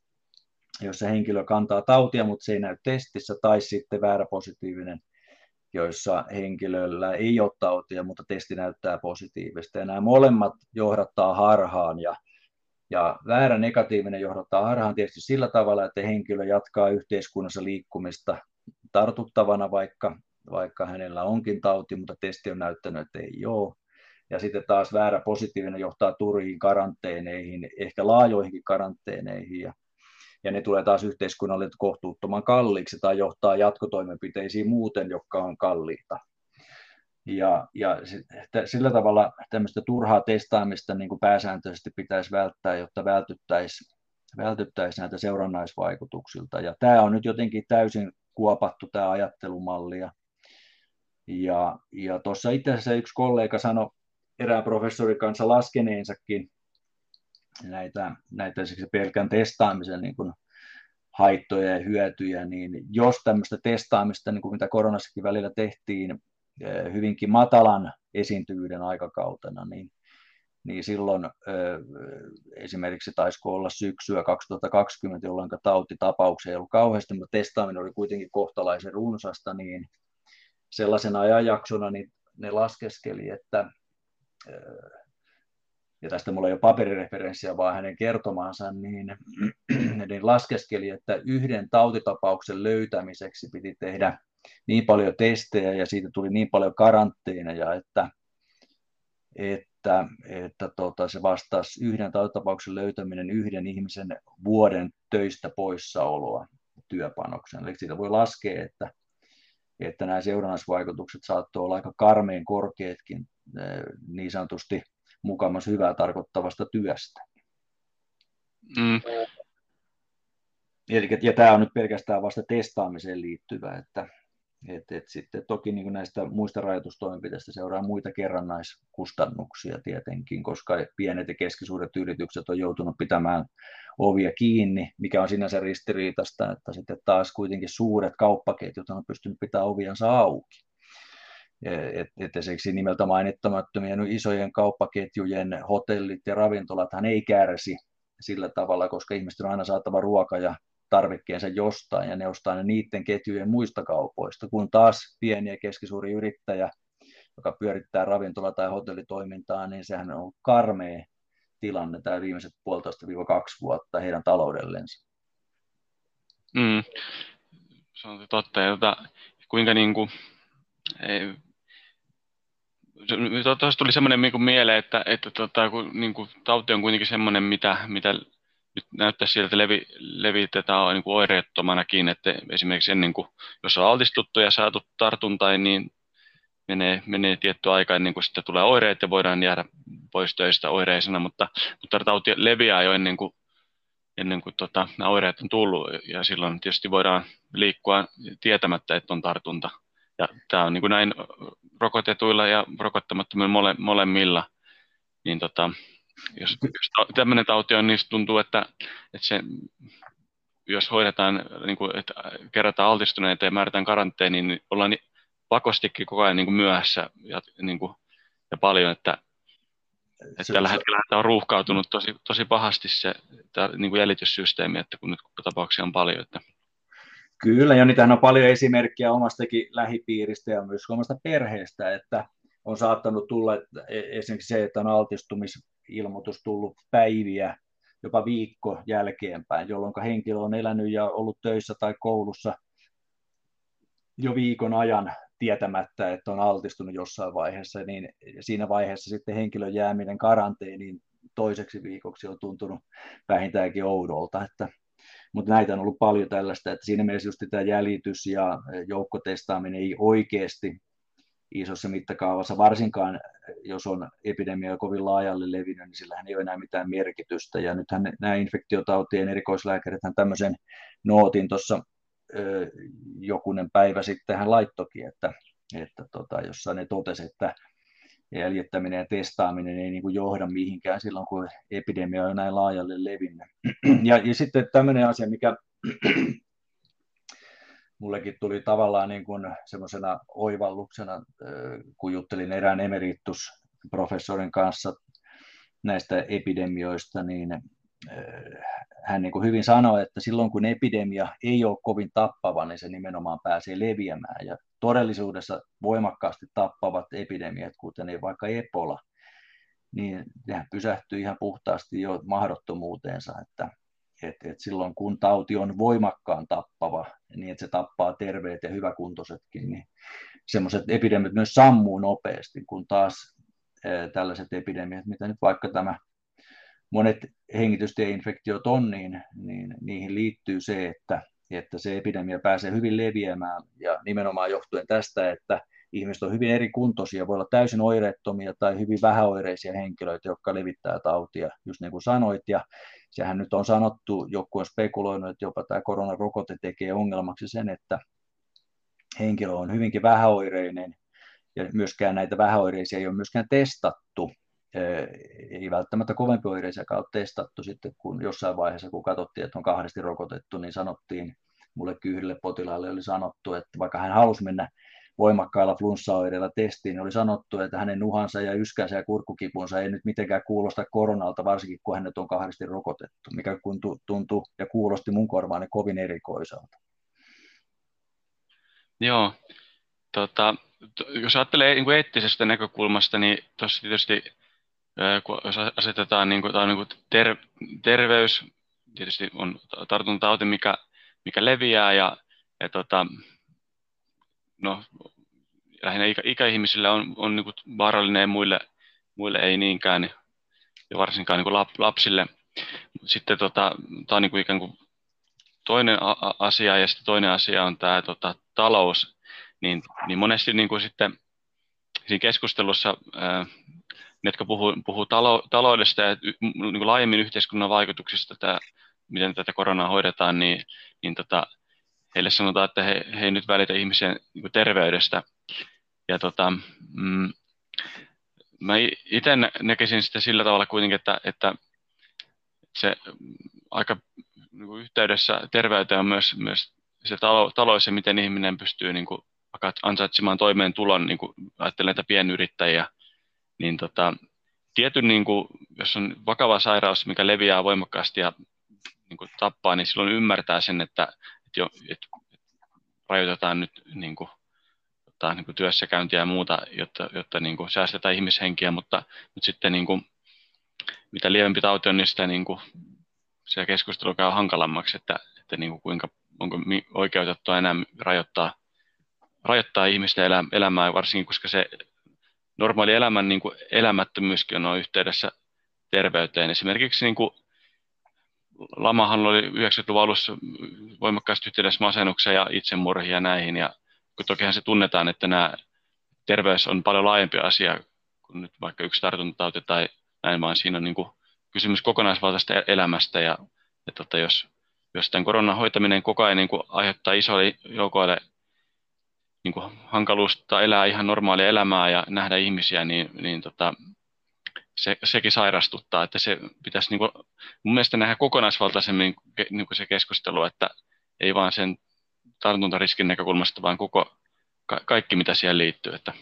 joissa henkilö kantaa tautia, mutta se ei näy testissä, tai sitten väärä positiivinen, joissa henkilöllä ei ole tautia, mutta testi näyttää positiivista. Ja nämä molemmat johdattaa harhaan, ja, ja väärä negatiivinen johdattaa harhaan tietysti sillä tavalla, että henkilö jatkaa yhteiskunnassa liikkumista tartuttavana, vaikka, vaikka hänellä onkin tauti, mutta testi on näyttänyt, että ei ole. Ja sitten taas väärä positiivinen johtaa turhiin karanteeneihin, ehkä laajoihinkin karanteeneihin, ja, ja ne tulee taas yhteiskunnalle kohtuuttoman kalliiksi tai johtaa jatkotoimenpiteisiin muuten, jotka on kalliita. Ja, ja sillä tavalla tämmöistä turhaa testaamista niin kuin pääsääntöisesti pitäisi välttää, jotta vältyttäisiin vältyttäisi näitä seurannaisvaikutuksilta. Ja tämä on nyt jotenkin täysin kuopattu tämä ajattelumalli. Ja, ja, ja tuossa itse asiassa yksi kollega sanoi erään professorin kanssa laskeneensakin näitä, näitä pelkän testaamisen niin kuin haittoja ja hyötyjä, niin jos tämmöistä testaamista, niin kuin mitä koronassakin välillä tehtiin hyvinkin matalan esiintyvyyden aikakautena, niin, niin silloin esimerkiksi taisiko olla syksyä kaksituhattakaksikymmentä, jolloin tautitapauksia ei ollut kauheasti, mutta testaaminen oli kuitenkin kohtalaisen runsasta, niin sellaisena ajanjaksona niin ne laskeskeli, että ja tästä mulla ei ole paperireferenssiä, vaan hänen kertomaansa, niin, niin laskeskeli, että yhden tautitapauksen löytämiseksi piti tehdä niin paljon testejä ja siitä tuli niin paljon karanteeneja, että, että, että tota, se vastasi yhden tautitapauksen löytäminen yhden ihmisen vuoden töistä poissaoloa työpanoksen. Eli siitä voi laskea, että, että nämä seurannaisvaikutukset saattoi olla aika karmeen korkeatkin niin sanotusti mukamas hyvää tarkoittavasta työstä. Mm. Eli, ja tämä on nyt pelkästään vasta testaamiseen liittyvä, että et, et sitten toki niin näistä muista rajoitustoimenpiteistä seuraa muita kerrannaiskustannuksia tietenkin, koska pienet ja keskisuuret yritykset on joutunut pitämään ovia kiinni, mikä on sinänsä ristiriitasta, että sitten taas kuitenkin suuret kauppaketjut on pystynyt pitämään oviansa auki. Että esimerkiksi nimeltä mainittamattomien isojen kauppaketjujen hotellit ja ravintolathan ei kärsi sillä tavalla, koska ihmisten on aina saatava ruoka ja tarvikkeensa jostain, ja ne ostaa ne niiden ketjujen muista kaupoista, kun taas pieni ja keskisuuri yrittäjä, joka pyörittää ravintola- tai hotellitoimintaa, niin sehän on karmea tilanne tämä viimeiset puolitoista kaksi vuotta heidän taloudellensa. Mm. Se on totta. Ja tota, kuinka niin kuin, ei, tuossa tuli semmoinen niin kuin mieleen, että, että tota, kun, niin kuin, tauti on kuitenkin semmoinen, mitä, mitä nyt näyttää siltä, että levi, levitetään niin kuin oireettomanakin, että esimerkiksi ennen kuin, jos on altistuttu ja saatu tartunta, niin menee, menee tietty aika ennen kuin sitten tulee oireet ja voidaan jäädä pois töistä oireisena, mutta, mutta tauti leviää jo ennen kuin, ennen kuin tota, nämä oireet on tullut, ja silloin tietysti voidaan liikkua tietämättä, että on tartunta. Ja tämä on niin kuin näin rokotetuilla ja rokottamattomilla mole, molemmilla, niin tota, jos, jos tämmöinen tauti on, niin tuntuu, että, että se, jos hoidetaan, niin kuin, että kerätään altistuneita ja määrätään karanteeniin, niin ollaan pakostikin koko ajan niin kuin myöhässä ja, niin kuin, ja paljon, että, että Se, tällä se, hetkellä tämä on ruuhkautunut tosi, tosi pahasti se tämä, niin kuin jäljityssysteemi, että kun nyt tapauksia on paljon. Että... Kyllä, ja niitähän on paljon esimerkkejä omastakin lähipiiristä ja myös omasta perheestä, että on saattanut tulla että esimerkiksi se, että on altistumisilmoitus tullut päiviä, jopa viikko jälkeenpäin, jolloin henkilö on elänyt ja ollut töissä tai koulussa jo viikon ajan tietämättä, että on altistunut jossain vaiheessa, niin siinä vaiheessa sitten henkilön jääminen karanteeniin toiseksi viikoksi on tuntunut vähintäänkin oudolta, että mutta näitä on ollut paljon tällaista, että siinä mielessä just tämä jäljitys ja joukkotestaaminen ei oikeasti isossa mittakaavassa, varsinkaan jos on epidemia kovin laajalle levinnyt, niin sillähän ei ole enää mitään merkitystä. Ja nythän nämä infektiotautien erikoislääkärit tämmöisen nootin tuossa jokunen päivä sitten hän laittokin, että, että tota, jossa ne totesi, että jäljittäminen ja testaaminen ei niin kuin johda mihinkään silloin, kun epidemia on näin laajalle levinnyt. Ja, ja sitten tämmöinen asia, mikä mullekin tuli tavallaan niin kuin semmoisena oivalluksena, kun juttelin erään emeritusprofessorin kanssa näistä epidemioista, niin hän niin kuin hyvin sanoi, että silloin kun epidemia ei ole kovin tappava, niin se nimenomaan pääsee leviämään. Ja todellisuudessa voimakkaasti tappavat epidemiat, kuten vaikka Ebola, niin nehän pysähtyy ihan puhtaasti jo mahdottomuuteensa, että, että, että silloin kun tauti on voimakkaan tappava, niin että se tappaa terveet ja hyväkuntoisetkin, niin semmoiset epidemiat myös sammuu nopeasti, kun taas tällaiset epidemiat, mitä nyt vaikka tämä monet hengitystieinfektiot on, niin, niin niihin liittyy se, että, että se epidemia pääsee hyvin leviämään ja nimenomaan johtuen tästä, että ihmiset on hyvin eri kuntoisia, voi olla täysin oireettomia tai hyvin vähäoireisia henkilöitä, jotka levittää tautia, just niin kuin sanoit, ja sehän nyt on sanottu, joku on spekuloinut, että jopa tämä koronarokote tekee ongelmaksi sen, että henkilö on hyvinkin vähäoireinen, ja myöskään näitä vähäoireisia ei ole myöskään testattu, ei välttämättä kovempi oireisiakaan ole testattu sitten, kun jossain vaiheessa, kun katsottiin, että on kahdesti rokotettu, niin sanottiin, mulle yhdelle potilaalle oli sanottu, että vaikka hän halusi mennä voimakkailla flunssaoireilla testiin, niin oli sanottu, että hänen nuhansa ja yskänsä ja kurkkukipunsa ei nyt mitenkään kuulosta koronalta, varsinkin kun hänet on kahdesti rokotettu, mikä tuntuu ja kuulosti mun korvaani kovin erikoiselta. Joo, tota, jos ajattelee niin kuin eettisestä näkökulmasta, niin tuossa tietysti kun jos asetetaan niin kuin, niin kuin ter, terveys, tietysti on tartuntatauti, mikä, mikä leviää ja, ja tota, no, lähinnä ikä, ikäihmisille on, on niin kuin vaarallinen ja muille, muille ei niinkään, ja varsinkaan niin kuin lap, lapsille. Sitten tota, tämä on niin kuin ikään kuin toinen a- asia, ja sitten toinen asia on tämä tota, talous, niin, niin monesti niin kuin sitten siinä keskustelussa ää, ne, jotka puhuu, puhuu talo, taloudesta ja niin kuin laajemmin yhteiskunnan vaikutuksista, tämä, miten tätä koronaa hoidetaan, niin, niin tota, heille sanotaan, että he, he ei nyt välitä ihmisen niin kuin terveydestä. Ja tota, mm, mä itse näkisin sitä sillä tavalla kuitenkin, että, että se aika niin kuin yhteydessä terveyteen on myös, myös se talo, talous ja miten ihminen pystyy niin kuin, ansaitsemaan toimeentulon, niin kuin ajattelen näitä pienyrittäjiä, niin tota, tietyn, niin kuin, jos on vakava sairaus, mikä leviää voimakkaasti ja niin kuin tappaa, niin silloin ymmärtää sen, että, että, jo, että rajoitetaan nyt niin kuin, ottaa, niin kuin työssäkäyntiä ja muuta, jotta, jotta niin kuin, säästetään ihmishenkiä, mutta, mutta sitten niin kuin, mitä lievempi tauti on, niin sitä niin kuin, se keskustelu käy hankalammaksi, että, että niin kuin, kuinka, onko oikeutettua enää rajoittaa, rajoittaa ihmisten elä, elämää, varsinkin koska se normaali elämän niin kuin elämättömyyskin on yhteydessä terveyteen. Esimerkiksi niin kuin lamahan oli yhdeksänkymmentäluvun alussa voimakkaasti yhteydessä masennukseen ja itsemurhiin ja näihin. Ja tokihan se tunnetaan, että nämä terveys on paljon laajempi asia kuin nyt vaikka yksi tartuntatauti tai näin, vaan siinä on niin kuin kysymys kokonaisvaltaista elämästä. Ja, ja tota, jos, jos tämän koronan hoitaminen koko ajan niin kuin aiheuttaa isoille joukoille niin kuin hankaluutta elää ihan normaalia elämää ja nähdä ihmisiä, niin, niin tota, se, sekin sairastuttaa, että se pitäisi niin kuin, mun mielestä nähdä kokonaisvaltaisemmin niin kuin se keskustelu, että ei vaan sen tartuntariskin näkökulmasta, vaan koko, ka, kaikki mitä siihen liittyy. Että.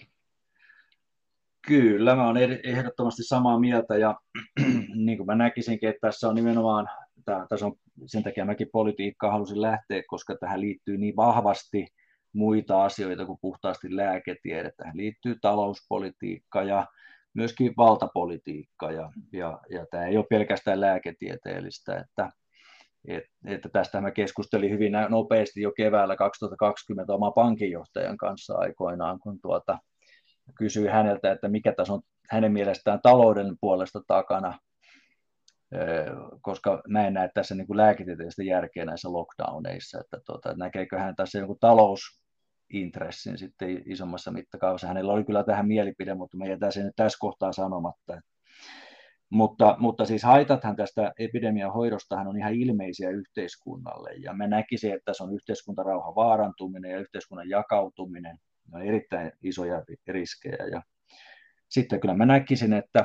Kyllä, mä olen ehdottomasti samaa mieltä ja niin kuin mä näkisinkin, että tässä on nimenomaan, tässä on, sen takia mäkin politiikkaan halusin lähteä, koska tähän liittyy niin vahvasti muita asioita kuin puhtaasti lääketiede. Tähän liittyy talouspolitiikka ja myöskin valtapolitiikka ja, ja, ja tämä ei ole pelkästään lääketieteellistä, että, että, että tästä mä keskustelin hyvin nopeasti jo keväällä kaksituhattakaksikymmentä oman pankinjohtajan kanssa aikoinaan, kun tuota, kysyi häneltä, että mikä tässä on hänen mielestään talouden puolesta takana, koska mä en näe tässä niin kuin lääketieteellistä järkeä näissä lockdowneissa, että, tuota, että näkeekö hän tässä jonkun talousintressin sitten isommassa mittakaavassa. Hänellä oli kyllä tähän mielipide, mutta me jätään sen nyt tässä kohtaa sanomatta. Mutta, mutta siis haitathan tästä epidemian hoidostahan on ihan ilmeisiä yhteiskunnalle, ja mä näkisin, että tässä on yhteiskuntarauhan vaarantuminen ja yhteiskunnan jakautuminen, ne on erittäin isoja riskejä. Ja sitten kyllä mä näkisin, että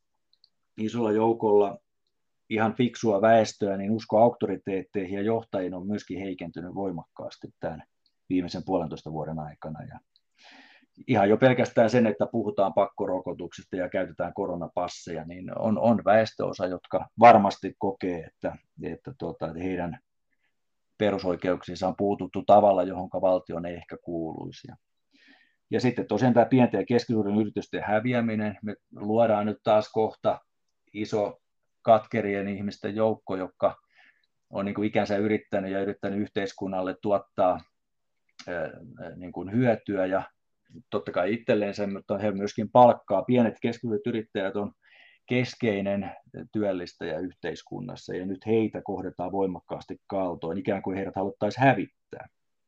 isolla joukolla ihan fiksua väestöä, niin usko auktoriteetteihin ja johtajiin on myöskin heikentynyt voimakkaasti tämän viimeisen puolentoista vuoden aikana. Ja ihan jo pelkästään sen, että puhutaan pakkorokotuksista ja käytetään koronapasseja, niin on, on väestöosa, jotka varmasti kokee, että, että, tuota, että heidän perusoikeuksiinsa on puututtu tavalla, johon valtion ei ehkä kuuluisi. Ja sitten tosiaan tämä pienten ja keskisuuren yritysten häviäminen. Me luodaan nyt taas kohta iso katkerien ihmisten joukko, joka on niin kuin ikänsä yrittänyt ja yrittänyt yhteiskunnalle tuottaa ää, niin kuin hyötyä ja totta kai itselleensä, mutta he myöskin palkkaa. Pienet keskisuuret yrittäjät on keskeinen työllistäjä yhteiskunnassa ja nyt heitä kohdetaan voimakkaasti kaltoin, ikään kuin heidät haluttaisiin hävittää.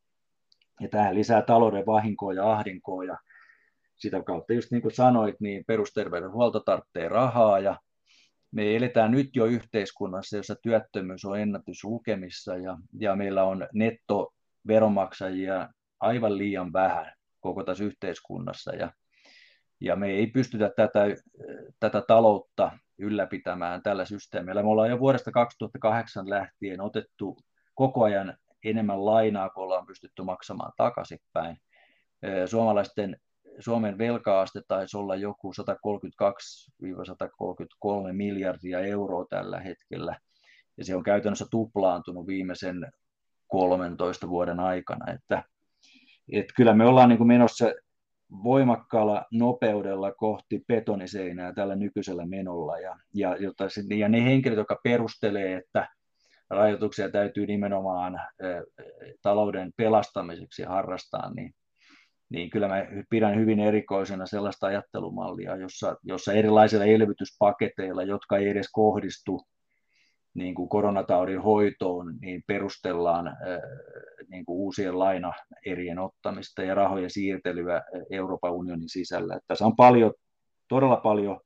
Ja tähän lisää talouden vahinkoa ja ahdinkoa ja sitä kautta, just niin kuin sanoit, niin perusterveydenhuolto tarvitsee rahaa ja me eletään nyt jo yhteiskunnassa, jossa työttömyys on ennätyslukemissa ja, ja meillä on nettoveronmaksajia aivan liian vähän koko tässä yhteiskunnassa ja, ja me ei pystytä tätä, tätä taloutta ylläpitämään tällä systeemillä. Me ollaan jo vuodesta kaksituhattakahdeksan lähtien otettu koko ajan enemmän lainaa, kun ollaan pystytty maksamaan takaisinpäin. Suomalaisten, Suomen velka-aste taisi olla joku sata kolmekymmentäkaksi sata kolmekymmentäkolme miljardia euroa tällä hetkellä, ja se on käytännössä tuplaantunut viimeisen kolmentoista vuoden aikana. Että, että kyllä me ollaan niin kuin menossa voimakkaalla nopeudella kohti betoniseinää tällä nykyisellä menolla, ja, ja, jota, ja ne henkilöt, jotka perustelee, että rajoituksia täytyy nimenomaan ä, talouden pelastamiseksi harrastaa, niin, niin kyllä mä pidän hyvin erikoisena sellaista ajattelumallia, jossa, jossa erilaisilla elvytyspaketeilla, jotka ei edes kohdistu niin kuin koronataudin hoitoon, niin perustellaan ä, niin kuin uusien lainaerien ottamista ja rahojen siirtelyä Euroopan unionin sisällä. Että tässä on paljon, todella paljon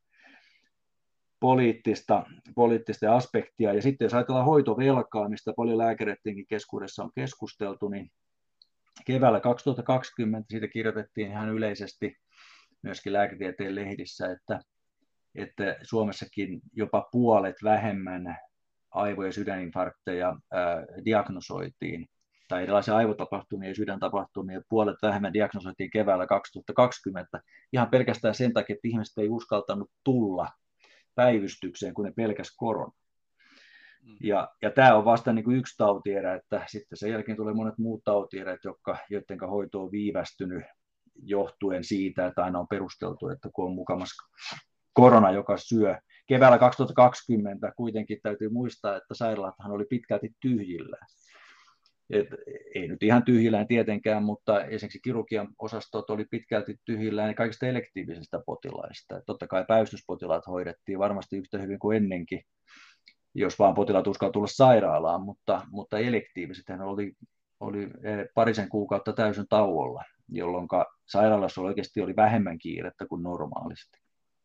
poliittista, poliittista aspektia. Ja sitten jos ajatellaan hoitovelkaa, mistä paljon lääkäreidenkin keskuudessa on keskusteltu, niin keväällä kaksituhattakaksikymmentä siitä kirjoitettiin ihan yleisesti myöskin lääketieteen lehdissä, että, että Suomessakin jopa puolet vähemmän aivo- ja sydäninfarkteja ää, diagnosoitiin, tai erilaisia aivotapahtumia ja sydäntapahtumia, puolet vähemmän diagnosoitiin keväällä kaksituhattakaksikymmentä, ihan pelkästään sen takia, että ihmiset ei uskaltanut tulla päivystykseen, kun ne pelkäs korona. Ja, ja tämä on vasta niin kuin yksi tautierä, että sitten sen jälkeen tulee monet muut tautierät, jotka, joiden hoito on viivästynyt johtuen siitä, että aina on perusteltu, että kun on mukamassa korona, joka syö. Keväällä kaksituhattakaksikymmentä kuitenkin täytyy muistaa, että sairaalathan oli pitkälti tyhjillään. Et ei nyt ihan tyhjillään tietenkään, mutta esimerkiksi kirurgian osastot oli pitkälti tyhjillään kaikista elektiivisistä potilaista. Et totta kai päivystyspotilaat hoidettiin varmasti yhtä hyvin kuin ennenkin, jos vaan potilaat uskaltaa tulla sairaalaan, mutta, mutta elektiivisethän oli, oli parisen kuukautta täysin tauolla, jolloin sairaalassa oikeasti oli vähemmän kiirettä kuin normaalisti.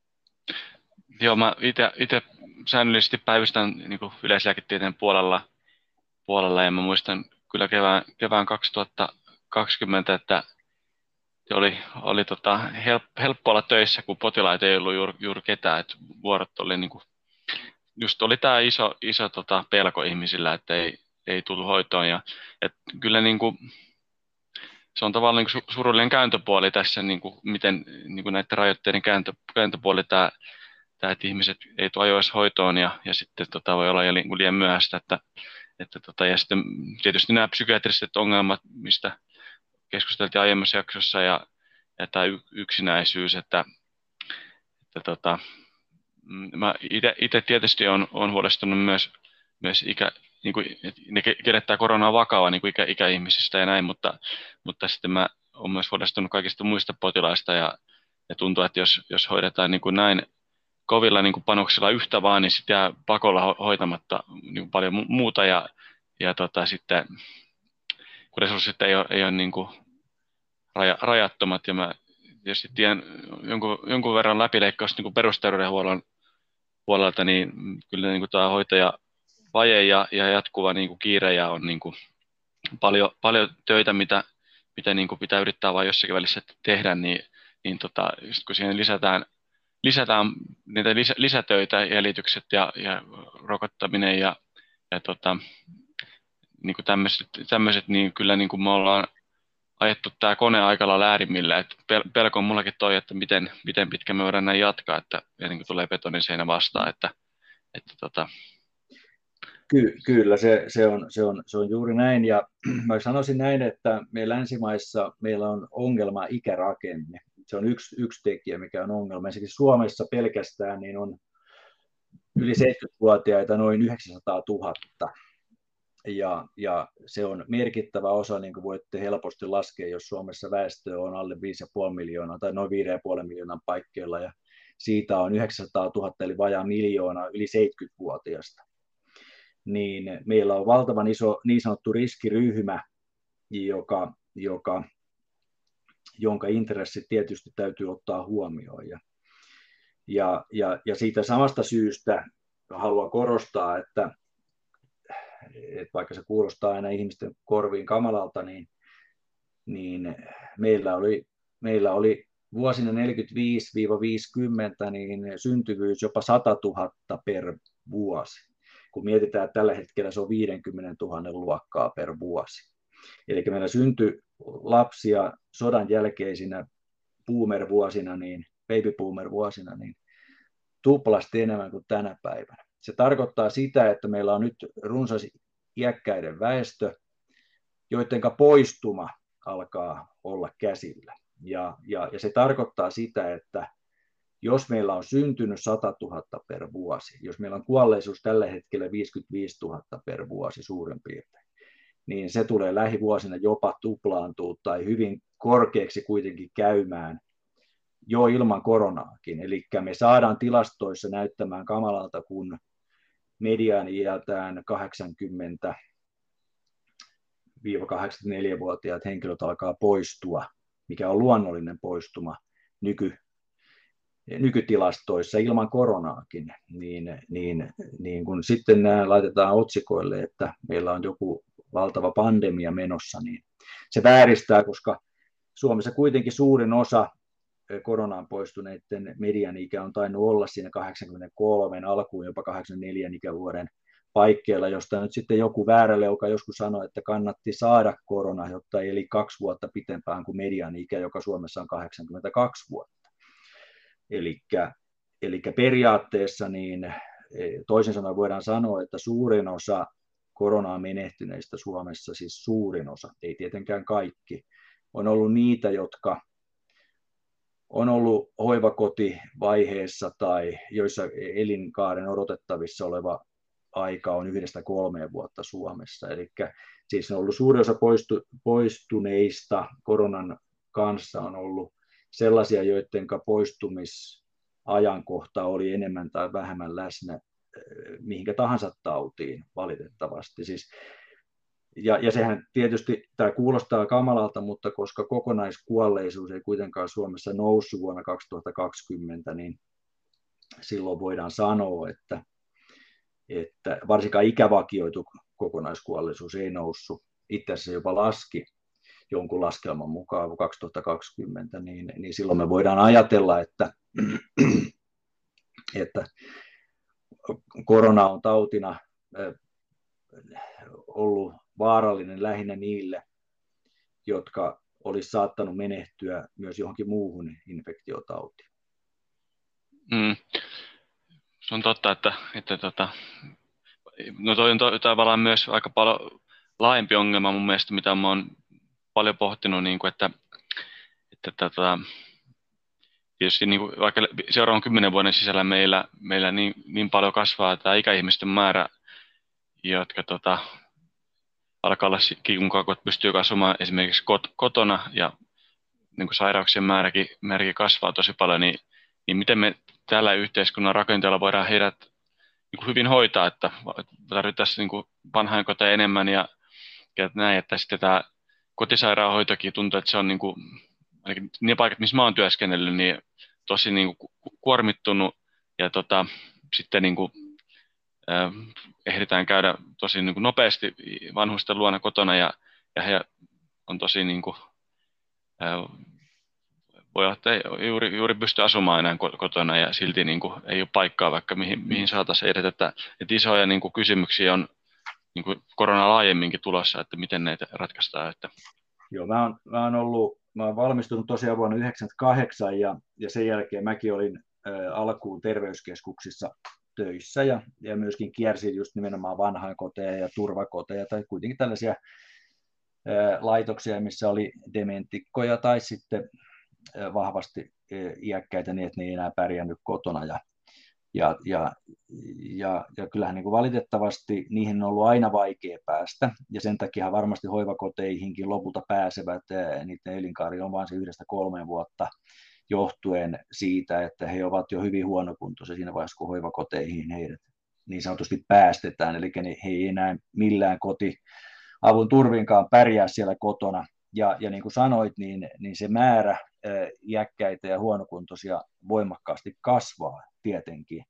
Joo, mä itse säännöllisesti päivystän niin kuin yleislääketieteen puolella, puolella ja mä muistan kyllä kevään, kevään kaksituhattakaksikymmentä, että se oli, oli tota, help, helppo olla töissä, kun potilaita ei ollut juuri, juuri ketään, että vuorot oli niin kuin, just oli tämä iso, iso tota, pelko ihmisillä, että ei, ei tullut hoitoon ja et kyllä niin kuin, se on tavallaan niin kuin surullinen kääntöpuoli tässä, niin kuin, miten niin kuin näiden rajoitteiden kääntö, kääntöpuoli tämä, tämä, että ihmiset ei tule ajoissa hoitoon ja, ja sitten tota, voi olla liian, liian myöhäistä, että, että tota, ja sitten tietysti nämä psykiatriset ongelmat, mistä keskusteltiin aiemmassa jaksossa ja, ja tämä yksinäisyys, että, että tota, mä itse tietysti olen, olen huolestunut myös, myös ikä, niin kuin, ne kenet tämä korona on vakava niin kuin ikä, ikäihmisistä ja näin, mutta, mutta sitten mä olen myös huolestunut kaikista muista potilaista ja, ja tuntuu, että jos, jos hoidetaan niin kuin näin kovilla niin kuin panoksilla yhtä vaan, niin sitten jää pakolla hoitamatta niin kuin paljon muuta ja, ja tota, sitten kun resurssit ei ole, ei ole niin kuin raja, rajattomat ja mä tietysti tiedän jonkun, jonkun verran läpileikkausta niin kuin perusterveydenhuollon puolelta, niin kyllä niin kuin tämä hoitajavaje ja, ja jatkuva niin kuin kiire ja on niin kuin paljon, paljon töitä, mitä, mitä niin kuin pitää yrittää vain jossakin välissä tehdä, niin, niin tota, just kun siihen lisätään, lisätään niitä lisä, lisätöitä, jäljitykset ja, ja rokottaminen ja, ja tota, niin kuin tämmöiset, tämmöiset, niin kyllä niin kuin me ollaan ajettu tämä kone aika lailla äärimmillä, että pelko on mullakin toi, että miten, miten pitkä me voidaan näin jatkaa, että ennen kuin tulee betonin seinä vastaan, että, että tota... Ky- kyllä, se, se, on, se, on, se on juuri näin, ja mä sanoisin näin, että me länsimaissa meillä on ongelma ikärakenne. Se on yksi, yksi tekijä, mikä on ongelma. Esimerkiksi Suomessa pelkästään niin on yli seitsemänkymmentävuotiaita noin yhdeksänsataatuhatta. Ja, ja se on merkittävä osa, niin kuin voitte helposti laskea, jos Suomessa väestö on alle viisi pilkku viisi miljoonaa tai noin viisi pilkku viisi miljoonan paikkeilla, ja siitä on yhdeksänsataatuhatta eli vajaa miljoona yli seitsemänkymmentävuotiaista. Niin meillä on valtavan iso niin sanottu riskiryhmä, joka, joka, jonka intressit tietysti täytyy ottaa huomioon. Ja, ja, ja, ja siitä samasta syystä haluan korostaa, että että vaikka se kuulostaa aina ihmisten korviin kamalalta, niin, niin meillä, oli, meillä oli vuosina neljäkymmentäviisi viisikymmentä niin syntyvyys jopa sata tuhatta per vuosi. Kun mietitään, että tällä hetkellä se on viisikymmentätuhatta luokkaa per vuosi. Eli meillä syntyi lapsia sodan jälkeisinä boomer-vuosina, niin baby boomer-vuosina, niin tuplasti enemmän kuin tänä päivänä. Se tarkoittaa sitä, että meillä on nyt runsas iäkkäiden väestö, joidenka poistuma alkaa olla käsillä. Ja, ja, ja se tarkoittaa sitä, että jos meillä on syntynyt sata tuhatta per vuosi, jos meillä on kuolleisuus tällä hetkellä viisikymmentäviisituhatta per vuosi suurin piirtein, niin se tulee lähivuosina jopa tuplaantua tai hyvin korkeaksi kuitenkin käymään jo ilman koronaakin. Eli me saadaan tilastoissa näyttämään kamalalta, kun mediaani-iältään kahdeksankymmentä–kahdeksankymmentäneljä-vuotiaat henkilöt alkaa poistua, mikä on luonnollinen poistuma nyky, nykytilastoissa ilman koronaakin, niin, niin, niin kun sitten nämä laitetaan otsikoille, että meillä on joku valtava pandemia menossa, niin se vääristää, koska Suomessa kuitenkin suurin osa koronaan poistuneiden median-ikä on tainnut olla siinä kahdeksankymmentäkolme alkuun jopa kahdeksankymmentäneljä ikävuoden paikkeilla, josta nyt sitten joku vääräleuka joskus sanoi, että kannatti saada korona, jotta eli kaksi vuotta pitempään kuin median-ikä, joka Suomessa on kahdeksankymmentäkaksi vuotta. Elikkä, elikkä periaatteessa niin toisin sanoen voidaan sanoa, että suurin osa koronaan menehtyneistä Suomessa, siis suurin osa, ei tietenkään kaikki, on ollut niitä, jotka on ollut hoivakotivaiheessa tai joissa elinkaaren odotettavissa oleva aika on yhdestä kolmeen vuotta Suomessa. Eli siis on ollut suuri osa poistu, poistuneista koronan kanssa on ollut sellaisia, joiden poistumisajankohta oli enemmän tai vähemmän läsnä mihinkä tahansa tautiin valitettavasti. Siis Ja, ja sehän tietysti, tämä kuulostaa kamalalta, mutta koska kokonaiskuolleisuus ei kuitenkaan Suomessa noussut vuonna kaksituhattakaksikymmentä, niin silloin voidaan sanoa, että, että varsinkaan ikävakioitu kokonaiskuolleisuus ei noussut, itse asiassa jopa laski, jonkun laskelman mukaan kaksituhattakaksikymmentä, niin, niin silloin me voidaan ajatella, että, että korona on tautina ollut vaarallinen lähinnä niille, jotka olisi saattanut menehtyä myös johonkin muuhun infektiotautiin. Mm. Se on totta, että, että tota, no toi on to, tavallaan myös aika paljon laajempi ongelma mun mielestä, mitä mä oon paljon pohtinut, niin kuin, että, että tota, tietysti niin kuin, vaikka seuraavan kymmenen vuoden sisällä meillä, meillä niin, niin paljon kasvaa tämä ikäihmisten määrä, jotka tota, alkaa olla kiikunkakot pystyy kasvamaan esimerkiksi kot, kotona ja niin kuin sairauksien määräkin, määräkin kasvaa tosi paljon, niin, niin miten me tällä yhteiskunnan rakenteella voidaan heidät niin kuin hyvin hoitaa, että tarvittaisiin niin kuin vanhainkoteja enemmän ja, ja näin, että sitten tämä kotisairaanhoitokin tuntuu, että se on niin kuin, ainakin ne paikat, missä mä oon työskennellyt, niin tosi niin kuin kuormittunut ja tota, sitten niin kuin, äh, ehditään käydä tosi niin kuin nopeasti vanhusten luona kotona ja, ja he on tosi niin kuin, äh, voi olla, että ei juuri, juuri pysty asumaan enää kotona ja silti niin kuin, ei ole paikkaa vaikka mihin, mihin saataisiin edetä. Että, että isoja niin kuin, kysymyksiä on niin kuin korona laajemminkin tulossa, että miten näitä ratkaistaan. Että... Joo, mä oon, mä oon ollut, mä oon valmistunut tosiaan vuonna yhdeksänkymmentäkahdeksan ja, ja sen jälkeen mäkin olin ä, alkuun terveyskeskuksissa töissä ja, ja myöskin kiersin just nimenomaan vanhainkoteja ja turvakoteja tai kuitenkin tällaisia ä, laitoksia, missä oli dementikkoja tai sitten vahvasti iäkkäitä niin, että ne ei enää pärjännyt kotona. Ja, ja, ja, ja, ja kyllähän niin kuin valitettavasti niihin on ollut aina vaikea päästä, ja sen takia varmasti hoivakoteihinkin lopulta pääsevät, niiden elinkaari on vain se yhdestä kolmeen vuotta, johtuen siitä, että he ovat jo hyvin huonokuntoisia siinä vaiheessa, kun hoivakoteihin heidät niin sanotusti päästetään, eli he ei enää millään kotiavun turvinkaan pärjää siellä kotona. Ja, ja niin kuin sanoit, niin, niin se määrä iäkkäitä ja huonokuntoisia voimakkaasti kasvaa tietenkin,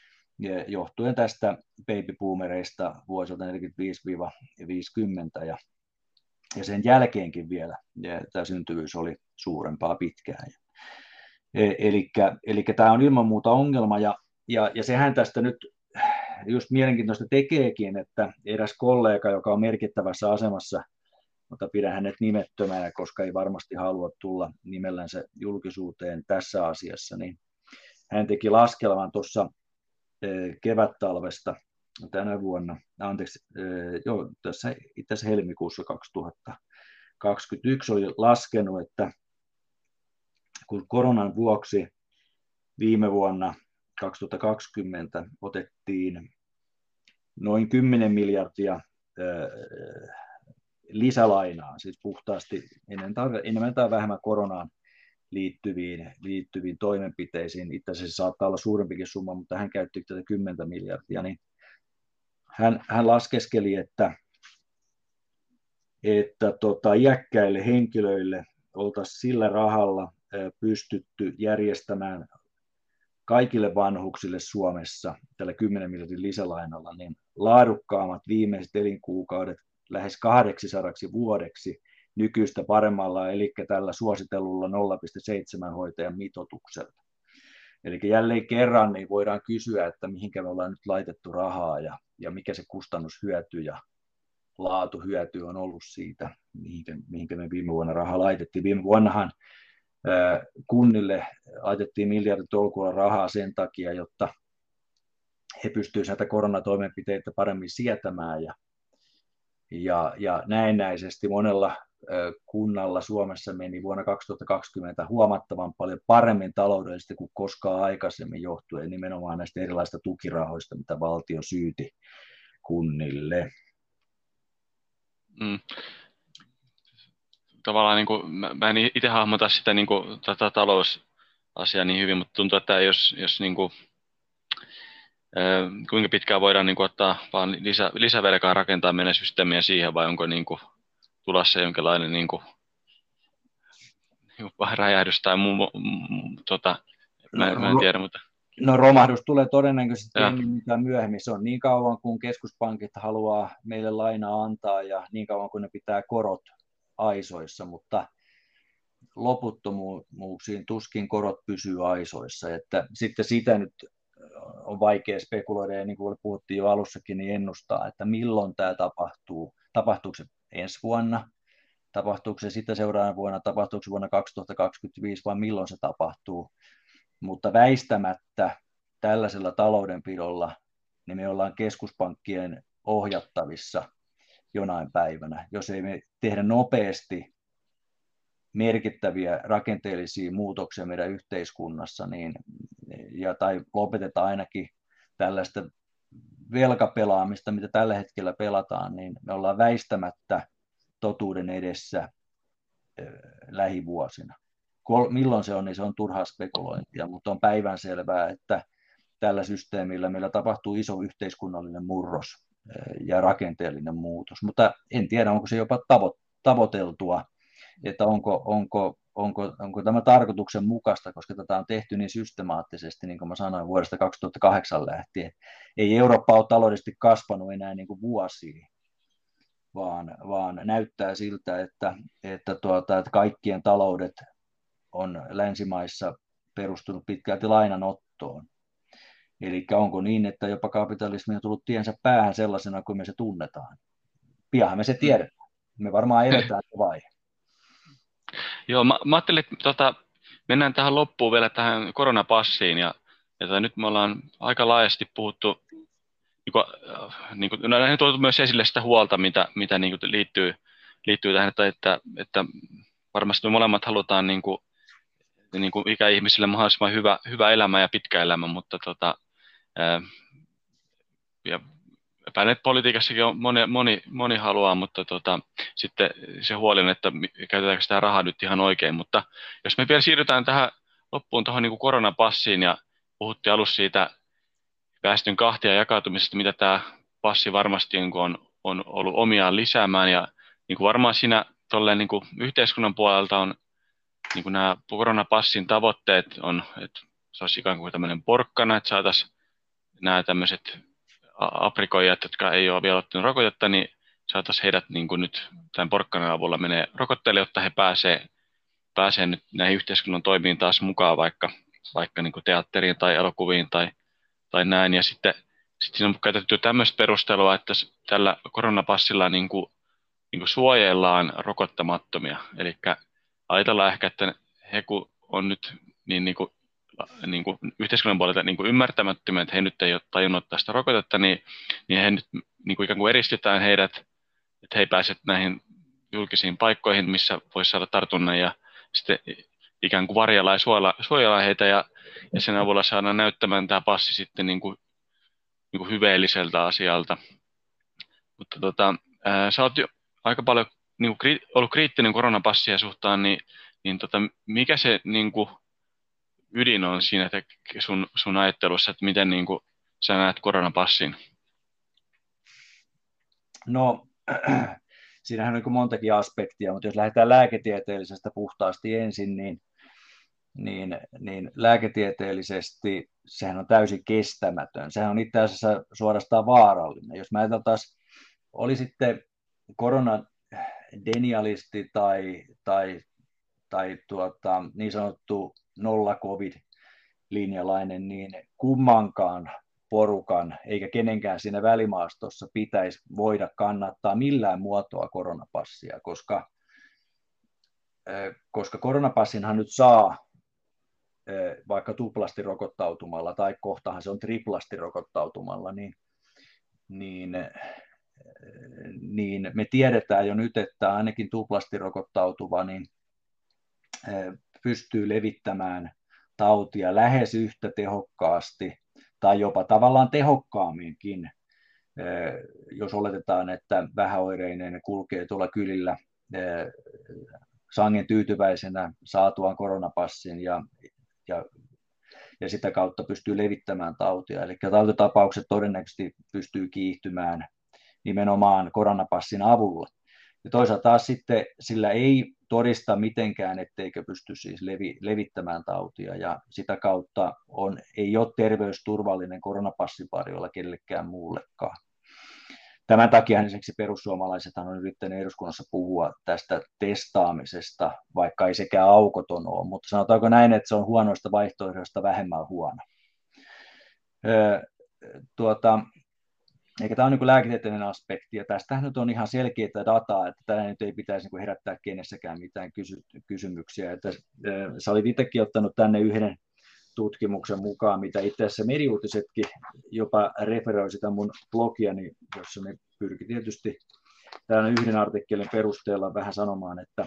johtuen tästä babyboomereista vuosilta neljäkymmentäviisi viisikymmentä, ja, ja sen jälkeenkin vielä ja tämä syntyvyys oli suurempaa pitkään. Eli, eli tämä on ilman muuta ongelma, ja, ja, ja sehän tästä nyt just mielenkiintoista tekeekin, että eräs kollega, joka on merkittävässä asemassa, mutta pidän hänet nimettömänä, koska ei varmasti halua tulla nimellänsä julkisuuteen tässä asiassa, niin hän teki laskelman tuossa kevättalvesta tänä vuonna, anteeksi, joo, tässä itse asiassa helmikuussa kaksituhattakaksikymmentäyksi oli laskenut, että kun koronan vuoksi viime vuonna kaksituhattakaksikymmentä otettiin noin kymmenen miljardia lisälainaa, siis puhtaasti enemmän tai vähemmän koronaan liittyviin, liittyviin toimenpiteisiin. Itse asiassa saattaa olla suurempikin summa, mutta hän käytti tätä kymmentä miljardia. Niin hän, hän laskeskeli, että, että tota, iäkkäille henkilöille oltaisiin sillä rahalla pystytty järjestämään kaikille vanhuksille Suomessa tällä kymmenen miljardin lisälainalla niin laadukkaammat viimeiset elinkuukaudet lähes kahdeksansataa vuodeksi nykyistä paremmalla, eli tällä suositellulla nolla pilkku seitsemän hoitajan mitoituksella. Eli jälleen kerran niin voidaan kysyä, että mihinkä me ollaan nyt laitettu rahaa ja, ja mikä se kustannushyöty ja laatuhyöty on ollut siitä, mihinkä, mihinkä me viime vuonna rahaa laitettiin. Viime vuonnahan ää, kunnille laitettiin miljarditolkulla rahaa sen takia, jotta he pystyisivät näitä koronatoimenpiteitä paremmin sietämään ja Ja, ja näennäisesti monella ö, kunnalla Suomessa meni vuonna kaksituhattakaksikymmentä huomattavan paljon paremmin taloudellisesti kuin koskaan aikaisemmin, johtuen nimenomaan näistä erilaisista tukirahoista, mitä valtio syyti kunnille. Mm. Tavallaan niin kuin, mä, mä en itse hahmota sitä niin kuin, tätä talousasiaa niin hyvin, mutta tuntuu, että jos, jos niin kuin, kuinka pitkään voidaan niin kuin, ottaa vaan lisä, lisävelkaa rakentaa meidän systeemiä siihen, vai onko niin kuin, tulossa jonkinlainen niin kuin, räjähdys tai muu, muu tota, mä, No, mä en tiedä, mutta... No romahdus tulee todennäköisesti ennemmin tai myöhemmin. Se on niin kauan, kun keskuspankit haluaa meille lainaa antaa ja niin kauan, kun ne pitää korot aisoissa, mutta loputtomuuksiin tuskin korot pysyy aisoissa, että sitten sitä nyt on vaikea spekuloida, ja niin kuin puhuttiin jo alussakin, niin ennustaa, että milloin tämä tapahtuu. Tapahtuuko se ensi vuonna, tapahtuuko se sitä seuraavana vuonna, tapahtuuko se vuonna kaksituhattakaksikymmentäviisi, vai milloin se tapahtuu. Mutta väistämättä tällaisella taloudenpidolla niin me ollaan keskuspankkien ohjattavissa jonain päivänä. Jos ei me tehdä nopeasti merkittäviä rakenteellisia muutoksia meidän yhteiskunnassa, niin, ja, tai lopetetaan ainakin tällaista velkapelaamista, mitä tällä hetkellä pelataan, niin me ollaan väistämättä totuuden edessä lähivuosina. Milloin se on, niin se on turhaa spekulointia, mutta on päivänselvää, että tällä systeemillä meillä tapahtuu iso yhteiskunnallinen murros ja rakenteellinen muutos, mutta en tiedä, onko se jopa tavo- tavoiteltua, että onko, onko, onko, onko tämä tarkoituksenmukaista, koska tätä on tehty niin systemaattisesti, niin kuin mä sanoin, vuodesta kaksituhattakahdeksan lähtien. Ei Eurooppa ole taloudellisesti kasvanut enää niin kuin vuosiin, vaan, vaan näyttää siltä, että, että, tuota, että kaikkien taloudet on länsimaissa perustunut pitkälti lainanottoon. Eli onko niin, että jopa kapitalismi on tullut tiensä päähän sellaisena kuin me se tunnetaan? Pianhan me se tiedetään. Me varmaan eletään se vaihe. Joo, mä, mä ajattelin, että tota, mennään tähän loppuun vielä tähän koronapassiin. Ja, ja tota, nyt me ollaan aika laajasti puhuttu, niin kuin, niin kuin, no, on tuotu myös esille sitä huolta, mitä, mitä niin kuin liittyy, liittyy tähän, että, että, että varmasti me molemmat halutaan niin kuin, niin kuin ikäihmisille mahdollisimman hyvä, hyvä elämä ja pitkä elämä, mutta tota, ää, ja epäilen, että politiikassakin on moni, moni, moni haluaa, mutta tota, sitten se huoli, että käytetäänkö sitä rahaa nyt ihan oikein. Mutta jos me vielä siirrytään tähän loppuun tuohon niin kuin koronapassiin ja puhuttiin alussa siitä väestön kahtia jakautumisesta, mitä tämä passi varmasti niin kuin on, on ollut omiaan lisäämään. Ja niin kuin varmaan siinä tolleen, niin kuin yhteiskunnan puolelta on niin kuin nämä koronapassin tavoitteet on, että se olisi ikään kuin tämmöinen porkkana, että saataisiin nämä tämmöiset aprikoijat, jotka ei ole vielä ottanut rokotetta, niin saataisiin heidät niin kuin nyt tämän porkkanan avulla menee rokotteelle, jotta he pääsee, pääsee nyt näihin yhteiskunnan toimiin taas mukaan, vaikka, vaikka niin kuin teatteriin tai elokuviin tai, tai näin. Ja sitten, sitten siinä on käytetty tämmöistä perustelua, että tällä koronapassilla niin kuin, niin kuin suojellaan rokottamattomia. Eli ajatellaan ehkä, että he kun on nyt niin, niin kuin niin kuin yhteiskunnan puolelta niin kuin ymmärtämättömiä, että he nyt ei ole tajunnut tästä rokotetta, niin, niin he nyt niin kuin ikään kuin eristetään heidät, että he ei pääse näihin julkisiin paikkoihin, missä voisi saada tartunnan, ja sitten ikään kuin varjellaan ja suojellaan, suojellaan heitä, ja, ja sen avulla saadaan näyttämään tämä passi sitten niin kuin, niin kuin hyveelliseltä asialta. Mutta tota, ää, sä oot jo aika paljon niin kuin, ollut kriittinen koronapassia suhtaan, niin, niin tota, mikä se niin kuin, ydin on siinä sun, sun ajattelussa, että miten niin kuin, sä näet koronapassin? No, siinähän on niin montakin aspektia, mutta jos lähdetään lääketieteellisestä puhtaasti ensin, niin, niin, niin lääketieteellisesti sehän on täysin kestämätön. Sehän on itse asiassa suorastaan vaarallinen. Jos mä ajateltaisiin, oli sitten koronadenialisti tai, tai, tai tuota, niin sanottu nolla-covid-linjalainen, niin kummankaan porukan eikä kenenkään siinä välimaastossa pitäisi voida kannattaa millään muotoa koronapassia, koska, koska koronapassinhan nyt saa vaikka tuplasti rokottautumalla tai kohtahan se on triplasti rokottautumalla, niin, niin, niin me tiedetään jo nyt, että ainakin tuplasti rokottautuva niin pystyy levittämään tautia lähes yhtä tehokkaasti tai jopa tavallaan tehokkaamminkin, jos oletetaan, että vähäoireinen kulkee tuolla kylillä sangen tyytyväisenä saatuaan koronapassin ja, ja, ja sitä kautta pystyy levittämään tautia. Eli tautitapaukset todennäköisesti pystyy kiihtymään nimenomaan koronapassin avulla. Ja toisaalta taas sitten sillä ei todista mitenkään, etteikö pysty siis levi, levittämään tautia, ja sitä kautta on, ei ole terveysturvallinen koronapassiparjoilla kellekään muullekaan. Tämän takia esimerkiksi perussuomalaiset on yrittänyt eduskunnassa puhua tästä testaamisesta, vaikka ei sekään aukoton ole, mutta sanotaanko näin, että se on huonoista vaihtoehdoista vähemmän huono. Öö, tuota, eikä tämä on niin lääketieteellinen aspekti, ja tästähän nyt on ihan selkeää dataa, että tämä nyt ei pitäisi niin herättää kenessäkään mitään kysy- kysymyksiä. Että, öö, sä olit itsekin ottanut tänne yhden tutkimuksen mukaan, mitä itse asiassa Mediuutisetkin jopa referoi sitä mun blogiani, jossa ne pyrki tietysti tämän yhden artikkelin perusteella vähän sanomaan, että,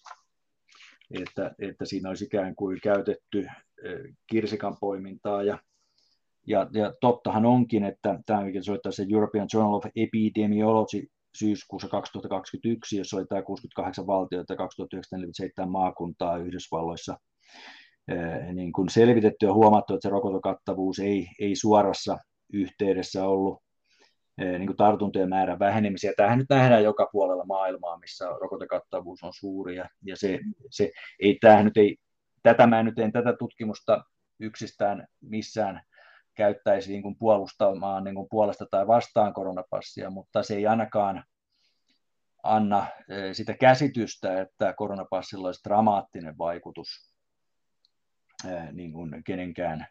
että, että siinä olisi ikään kuin käytetty kirsikan poimintaa. Ja, ja, ja tottahan onkin, että tämä mikä soittaa se European Journal of Epidemiology syyskuussa kaksituhattakaksikymmentäyksi, jossa oli tämä kuusikymmentäkahdeksan valtiota ja kaksituhattayhdeksänsataaneljäkymmentäseitsemän maakuntaa Yhdysvalloissa, niin kuin selvitetty ja huomattu, että se rokotokattavuus ei, ei suorassa yhteydessä ollut niin kuin tartuntojen määrän vähenemisiä. Tämähän nyt nähdään joka puolella maailmaa, missä rokotekattavuus on suuri, ja, ja se, se ei, tämähän nyt ei, tätä mä nyt en tätä tutkimusta yksistään missään käyttäisi niin kuin puolustamaan niin kuin puolesta tai vastaan koronapassia, mutta se ei ainakaan anna sitä käsitystä, että koronapassilla olisi dramaattinen vaikutus niin kuin kenenkään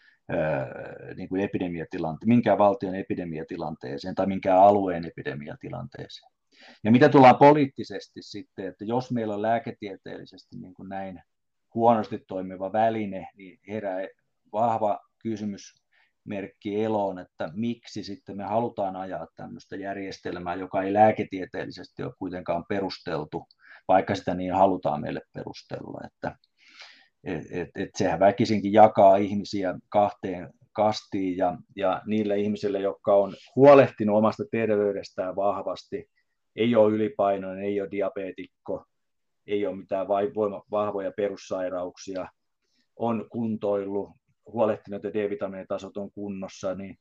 niin kuin epidemiatilante, minkään valtion epidemiatilanteeseen tai minkään alueen epidemiatilanteeseen. Ja mitä tullaan poliittisesti sitten, että jos meillä on lääketieteellisesti niin kuin näin huonosti toimiva väline, niin herää vahva kysymysmerkki eloon, että miksi sitten me halutaan ajaa tämmöistä järjestelmää, joka ei lääketieteellisesti ole kuitenkaan perusteltu, vaikka sitä niin halutaan meille perustella, että Et, et, et sehän väkisinkin jakaa ihmisiä kahteen kastiin, ja, ja niille ihmisille, jotka on huolehtinut omasta terveydestään vahvasti, ei ole ylipainoinen, ei ole diabeetikko, ei ole mitään voima, vahvoja perussairauksia, on kuntoillut, huolehtinut, että D-vitamiinitasot on kunnossa, niin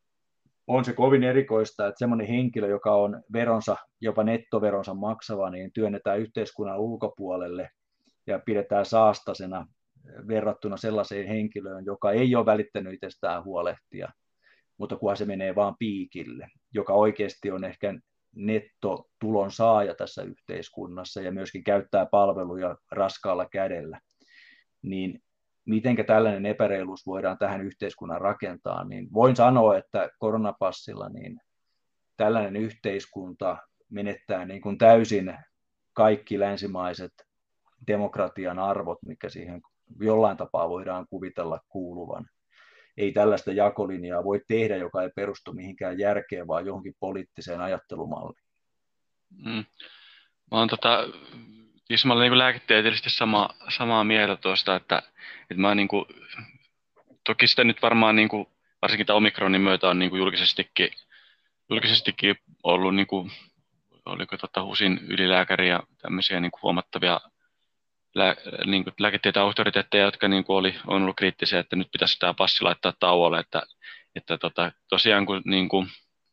on se kovin erikoista, että semmoinen henkilö, joka on veronsa, jopa nettoveronsa maksava, niin työnnetään yhteiskunnan ulkopuolelle ja pidetään saastasena verrattuna sellaiseen henkilöön, joka ei ole välittänyt itsestään huolehtia, mutta kunhan se menee vaan piikille, joka oikeasti on ehkä nettotulon saaja tässä yhteiskunnassa ja myöskin käyttää palveluja raskaalla kädellä, niin mitenkä tällainen epäreiluus voidaan tähän yhteiskunnan rakentaa, niin voin sanoa, että koronapassilla niin tällainen yhteiskunta menettää niin kuin täysin kaikki länsimaiset demokratian arvot, mikä siihen jollain tapaa voidaan kuvitella kuuluvan. Ei tällaista jakolinjaa voi tehdä, joka ei perustu mihinkään järkeen, vaan johonkin poliittiseen ajattelumalliin. Mm. Mä oon tota, tismalleen niin lääketieteellisesti sama, samaa mieltä tuosta, että, että mä niin kuin, toki sitä nyt varmaan niin kuin, varsinkin tämän Omikronin myötä on niin kuin julkisestikin, julkisestikin ollut, niin kuin, oliko tota HUSin ylilääkäri ja tämmöisiä niin kuin huomattavia lää, niin kuin lääketieteen auktoriteetteja, jotka niin kuin oli, on ollut kriittisiä, että nyt pitäisi tämä passi laittaa tauolle, että, että tota, tosiaan kun niin kuin,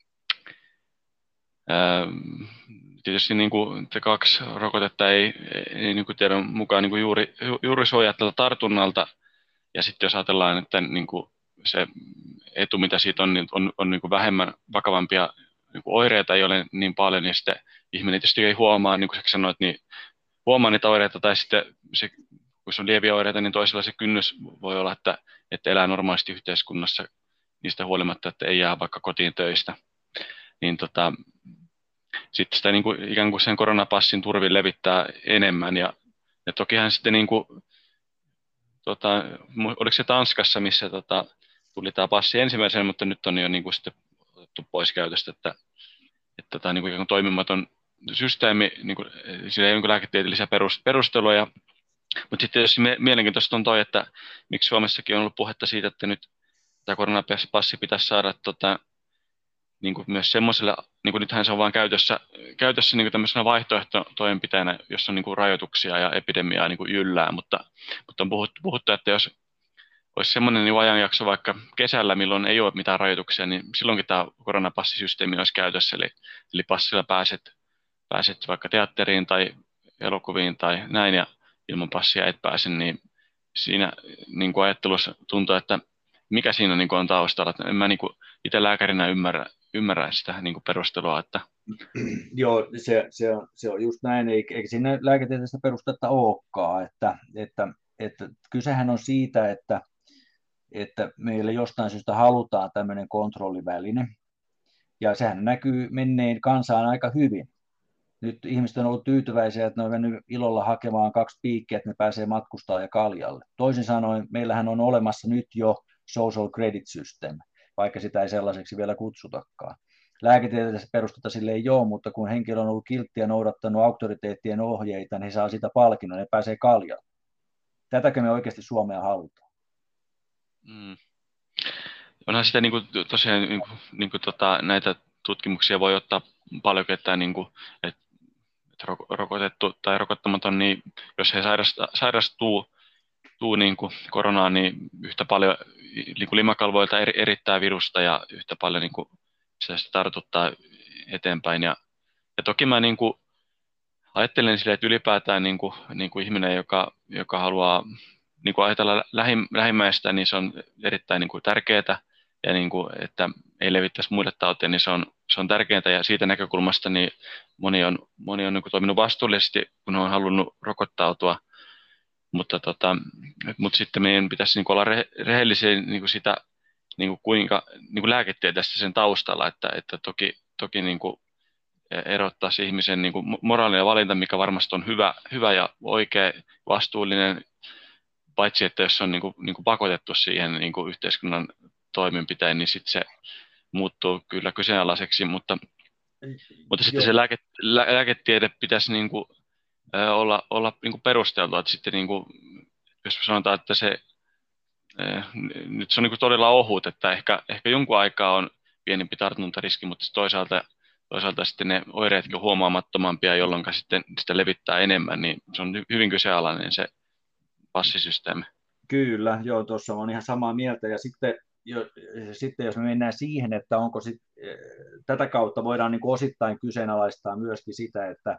ää, tietysti niin kuin, kaksi rokotetta ei, ei niin kuin tiedon mukaan niin kuin juuri, juuri suojaa tältä tartunnalta, ja sitten jos ajatellaan, että niin kuin se etu, mitä siitä on, niin on, on niin kuin vähemmän vakavampia niin kuin oireita, ei ole niin paljon, niin sitten ihminen tietysti ei huomaa, niin kuin sä sanoit, niin huomaa niitä oireita, tai sitten se, kun se on lieviä oireita, niin toisella se kynnys voi olla, että, että elää normaalisti yhteiskunnassa niistä huolimatta, että ei jää vaikka kotiin töistä. Niin tota, sitten sitä niin kuin, ikään kuin sen koronapassin turvin levittää enemmän, ja, ja tokihan sitten niin kuin, tota, oliko se Tanskassa, missä tota, tuli tämä passi ensimmäisenä, mutta nyt on jo niin kuin sitten otettu pois käytöstä, että, että tota, niin kuin ikään kuin toimimaton systeemi, niin kuin, sillä ei ole niin lääketieteellisiä perusteluja, mutta sitten tietysti mielenkiintoista on toi, että miksi Suomessakin on ollut puhetta siitä, että nyt tämä koronapassi pitäisi saada tota, niin kuin myös semmoiselle, niin kuin nythän se on vain käytössä, käytössä niin kuin tämmöisenä vaihtoehtotoimenpiteenä, jossa on niin kuin rajoituksia ja epidemiaa niin kuin yllää, mutta, mutta on puhuttu, puhuttu, että jos olisi semmoinen niin ajanjakso vaikka kesällä, milloin ei ole mitään rajoituksia, niin silloinkin tämä koronapassisysteemi olisi käytössä, eli, eli passilla pääset, pääset vaikka teatteriin tai elokuviin tai näin, ja ilman passia et pääse, niin siinä niin kuin ajattelussa tuntuu, että mikä siinä niin kuin on taustalla, että en mä niin kuin itse lääkärinä ymmärrä, ymmärrä sitä niin kuin perustelua. Että... Joo, se, se, on, se on just näin, eikä, eikä siinä lääketieteellistä perustetta olekaan, että, että, että kysehän on siitä, että, että meillä jostain syystä halutaan tämmöinen kontrolliväline, ja sehän näkyy menneen kansaan aika hyvin. Nyt ihmiset on ollut tyytyväisiä, että ne on mennyt ilolla hakemaan kaksi piikkiä, että ne pääsee matkustamaan ja kaljalle. Toisin sanoen, meillähän on olemassa nyt jo social credit system, vaikka sitä ei sellaiseksi vielä kutsutakaan. Lääketieteellistä perustetta sille ei ole, mutta kun henkilö on ollut kiltti ja noudattanut auktoriteettien ohjeita, niin he saa sitä palkinnon ja pääsee kaljalle. Tätäkö me oikeasti Suomea halutaan? Mm. Onhan sitä niin kuin, tosiaan niin kuin, niin kuin, tota, näitä tutkimuksia voi ottaa paljon, että, niin kuin, että rokotettu tai rokottamaton, niin jos he sairastuu, sairastuu tuu, niin kuin koronaan, niin yhtä paljon niin kuin limakalvoilta eri, erittää virusta ja yhtä paljon niin kuin, se tartuttaa eteenpäin. Ja, ja toki mä niin kuin, ajattelen sille, että ylipäätään niin kuin, niin kuin ihminen, joka, joka haluaa niin kuin ajatella lähim, lähimmäistä, niin se on erittäin niin kuin, tärkeää. Ja niin kuin, että ei levittäisi muille tauteja, niin se on, se on tärkeää. Ja siitä näkökulmasta niin moni on, moni on niin kuin, toiminut vastuullisesti, kun on halunnut rokottautua. Mutta, tota, mutta sitten meidän pitäisi niin kuin, olla re, rehellisiä niin kuin sitä, niin kuin, kuinka niin kuin lääketieteestä sen taustalla, että, että toki, toki niin kuin, erottaisi ihmisen niin kuin, moraalinen valinta, mikä varmasti on hyvä, hyvä ja oikea, vastuullinen, paitsi että jos on niin kuin, niin kuin pakotettu siihen niin kuin yhteiskunnan toimenpiteen, niin sitten se muuttuu kyllä kyseenalaiseksi, mutta, mutta sitten se lääke, lä, lääketiede pitäisi niin kuin, ä, olla, olla niin kuin perusteltua, että sitten niin kuin, jos sanotaan, että se ä, nyt se on niin kuin todella ohut, että ehkä, ehkä jonkun aikaa on pienempi tartuntariski, mutta toisaalta, toisaalta sitten ne oireetkin on huomaamattomampia, jolloin sitten sitä levittää enemmän, niin se on hyvin kyseenalainen se passisysteemi. Kyllä, joo, tuossa on ihan samaa mieltä. Ja sitten, jo, sitten jos me mennään siihen, että onko sit, tätä kautta voidaan niin kuin osittain kyseenalaistaa myöskin sitä, että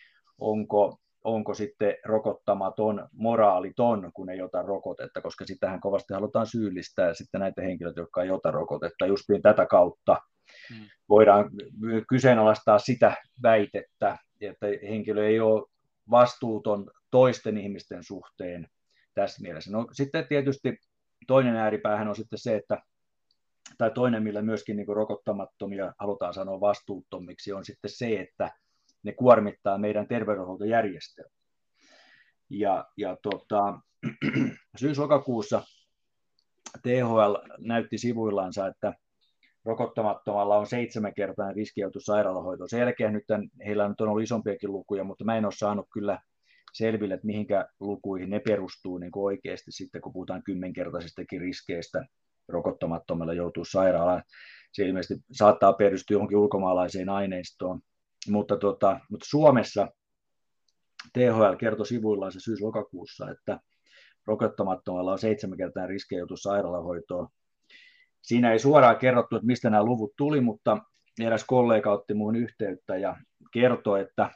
onko, onko sitten rokottamaton moraaliton, kun ei ota rokotetta, koska sitähän kovasti halutaan syyllistää sitten näitä henkilöitä, jotka ei ota rokotetta. Just tätä kautta hmm. voidaan kyseenalaistaa sitä väitettä, että henkilö ei ole vastuuton toisten ihmisten suhteen tässä mielessä. No sitten tietysti toinen ääripäähän on sitten se, että, tai toinen, millä myöskin niin kuin rokottamattomia halutaan sanoa vastuuttomiksi, on sitten se, että ne kuormittaa meidän terveydenhuoltojärjestelmää. Ja, ja tota, syys-lokakuussa T H L näytti sivuillansa, että rokottamattomalla on seitsemänkertainen riski joutua sairaalahoitoon. Sen jälkeen nyt tämän, heillä nyt on ollut isompiakin lukuja, mutta mä en ole saanut kyllä selville, että mihinkä lukuihin ne perustuu niin kuin oikeasti sitten, kun puhutaan kymmenkertaisistakin riskeistä rokottamattomalla joutuu sairaalaan. Se ilmeisesti saattaa perustua johonkin ulkomaalaiseen aineistoon. Mutta, tota, mutta Suomessa T H L kertoi sivuillaan se syys-lokakuussa, että rokottamattomalla on seitsemänkertainen riski joutua sairaalahoitoon. Siinä ei suoraan kerrottu, että mistä nämä luvut tuli, mutta eräs kollega otti minuun yhteyttä ja kertoi, että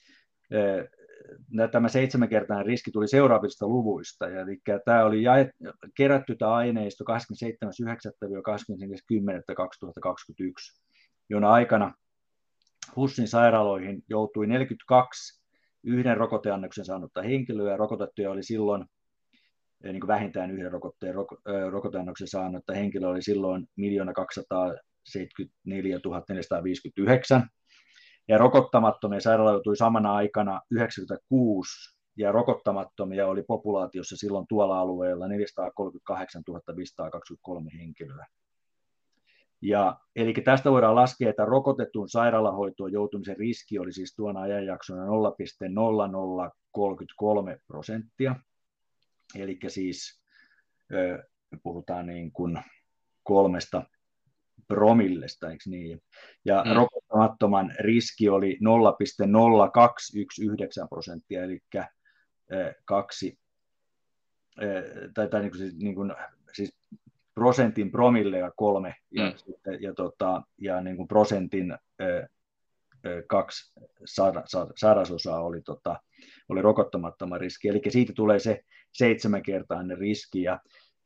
tämä seitsemänkertainen riski tuli seuraavista luvuista. Eli tämä oli jaet, kerätty tämä aineisto kahdeskymmenesseitsemäs yhdeksättä kahdeskymmenes kymmenettä kaksituhattakaksikymmentäyksi, jona aikana HUSin sairaaloihin joutui neljäkymmentäkaksi yhden rokoteannoksen saanutta henkilöä, ja rokotettuja oli silloin niin kuin vähintään yhden rokotteen, rokoteannoksen saanutta henkilöä oli silloin miljoona kaksisataaseitsemänkymmentäneljätuhatta neljäsataaviisikymmentäyhdeksän, ja rokottamattomia sairaala joutui samana aikana yhdeksänkymmentäkuusi, ja rokottamattomia oli populaatiossa silloin tuolla alueella neljäsataakolmekymmentäkahdeksantuhatta viisisataakaksikymmentäkolme henkilöä. Ja, eli tästä voidaan laskea, että rokotetun sairaalahoitoon joutumisen riski oli siis tuona ajanjaksona nolla pilkku nolla nolla kolmekymmentäkolme prosenttia. Eli siis me puhutaan niin kuin kolmesta promillesta, eikö niin? Ja mm. rokottamattoman riski oli nolla pilkku nolla kaksi yksi yhdeksän prosenttia, eli kaksi, tai, tai niin kuin, niin kuin, siis prosentin promille ja kolme, ja, mm. ja, ja, tota, ja niin kuin prosentin ö, ö, kaksi sadasosaa oli, tota, oli rokottamattoman riski. Eli siitä tulee se seitsemänkertainen riski. Ja,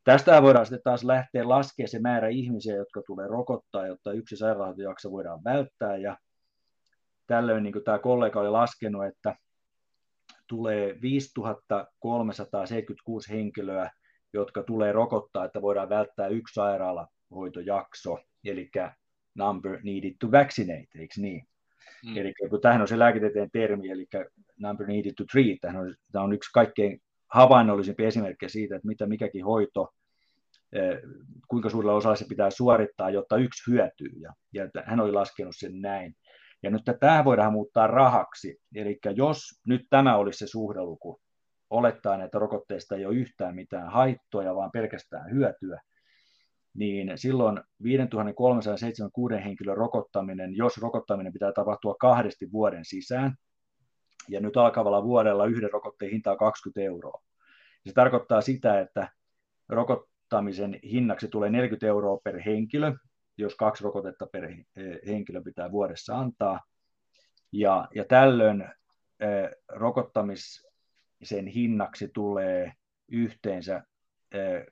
Tästä voidaan sitten taas lähteä laskemaan se määrä ihmisiä, jotka tulee rokottaa, jotta yksi sairaanhoitojakso voidaan välttää. Ja tällöin niin kuin tämä kollega oli laskenut, että tulee viisituhatta kolmesataaseitsemänkymmentäkuusi henkilöä, jotka tulee rokottaa, että voidaan välttää yksi sairaalahoitojakso, eli number needed to vaccinate, eikö niin? Mm. Eli kun tämähän on se lääketieteen termi, eli number needed to treat, tämä on, tämä on yksi kaikkein havainnollisimpia esimerkkejä siitä, että mitä mikäkin hoito, kuinka suurella osalla se pitää suorittaa, jotta yksi hyötyy, ja, ja hän oli laskenut sen näin. Ja nyt tämä voidaan muuttaa rahaksi, eli jos nyt tämä olisi se suhdeluku, olettaen, että rokotteesta ei ole yhtään mitään haittoja, vaan pelkästään hyötyä, niin silloin viisituhatta kolmesataaseitsemänkymmentäkuusi henkilön rokottaminen, jos rokottaminen pitää tapahtua kahdesti vuoden sisään, ja nyt alkavalla vuodella yhden rokotteen hinta on kaksikymmentä euroa. Se tarkoittaa sitä, että rokottamisen hinnaksi tulee neljäkymmentä euroa per henkilö, jos kaksi rokotetta per henkilö pitää vuodessa antaa. Ja, ja tällöin eh, rokottamisen hinnaksi tulee yhteensä eh,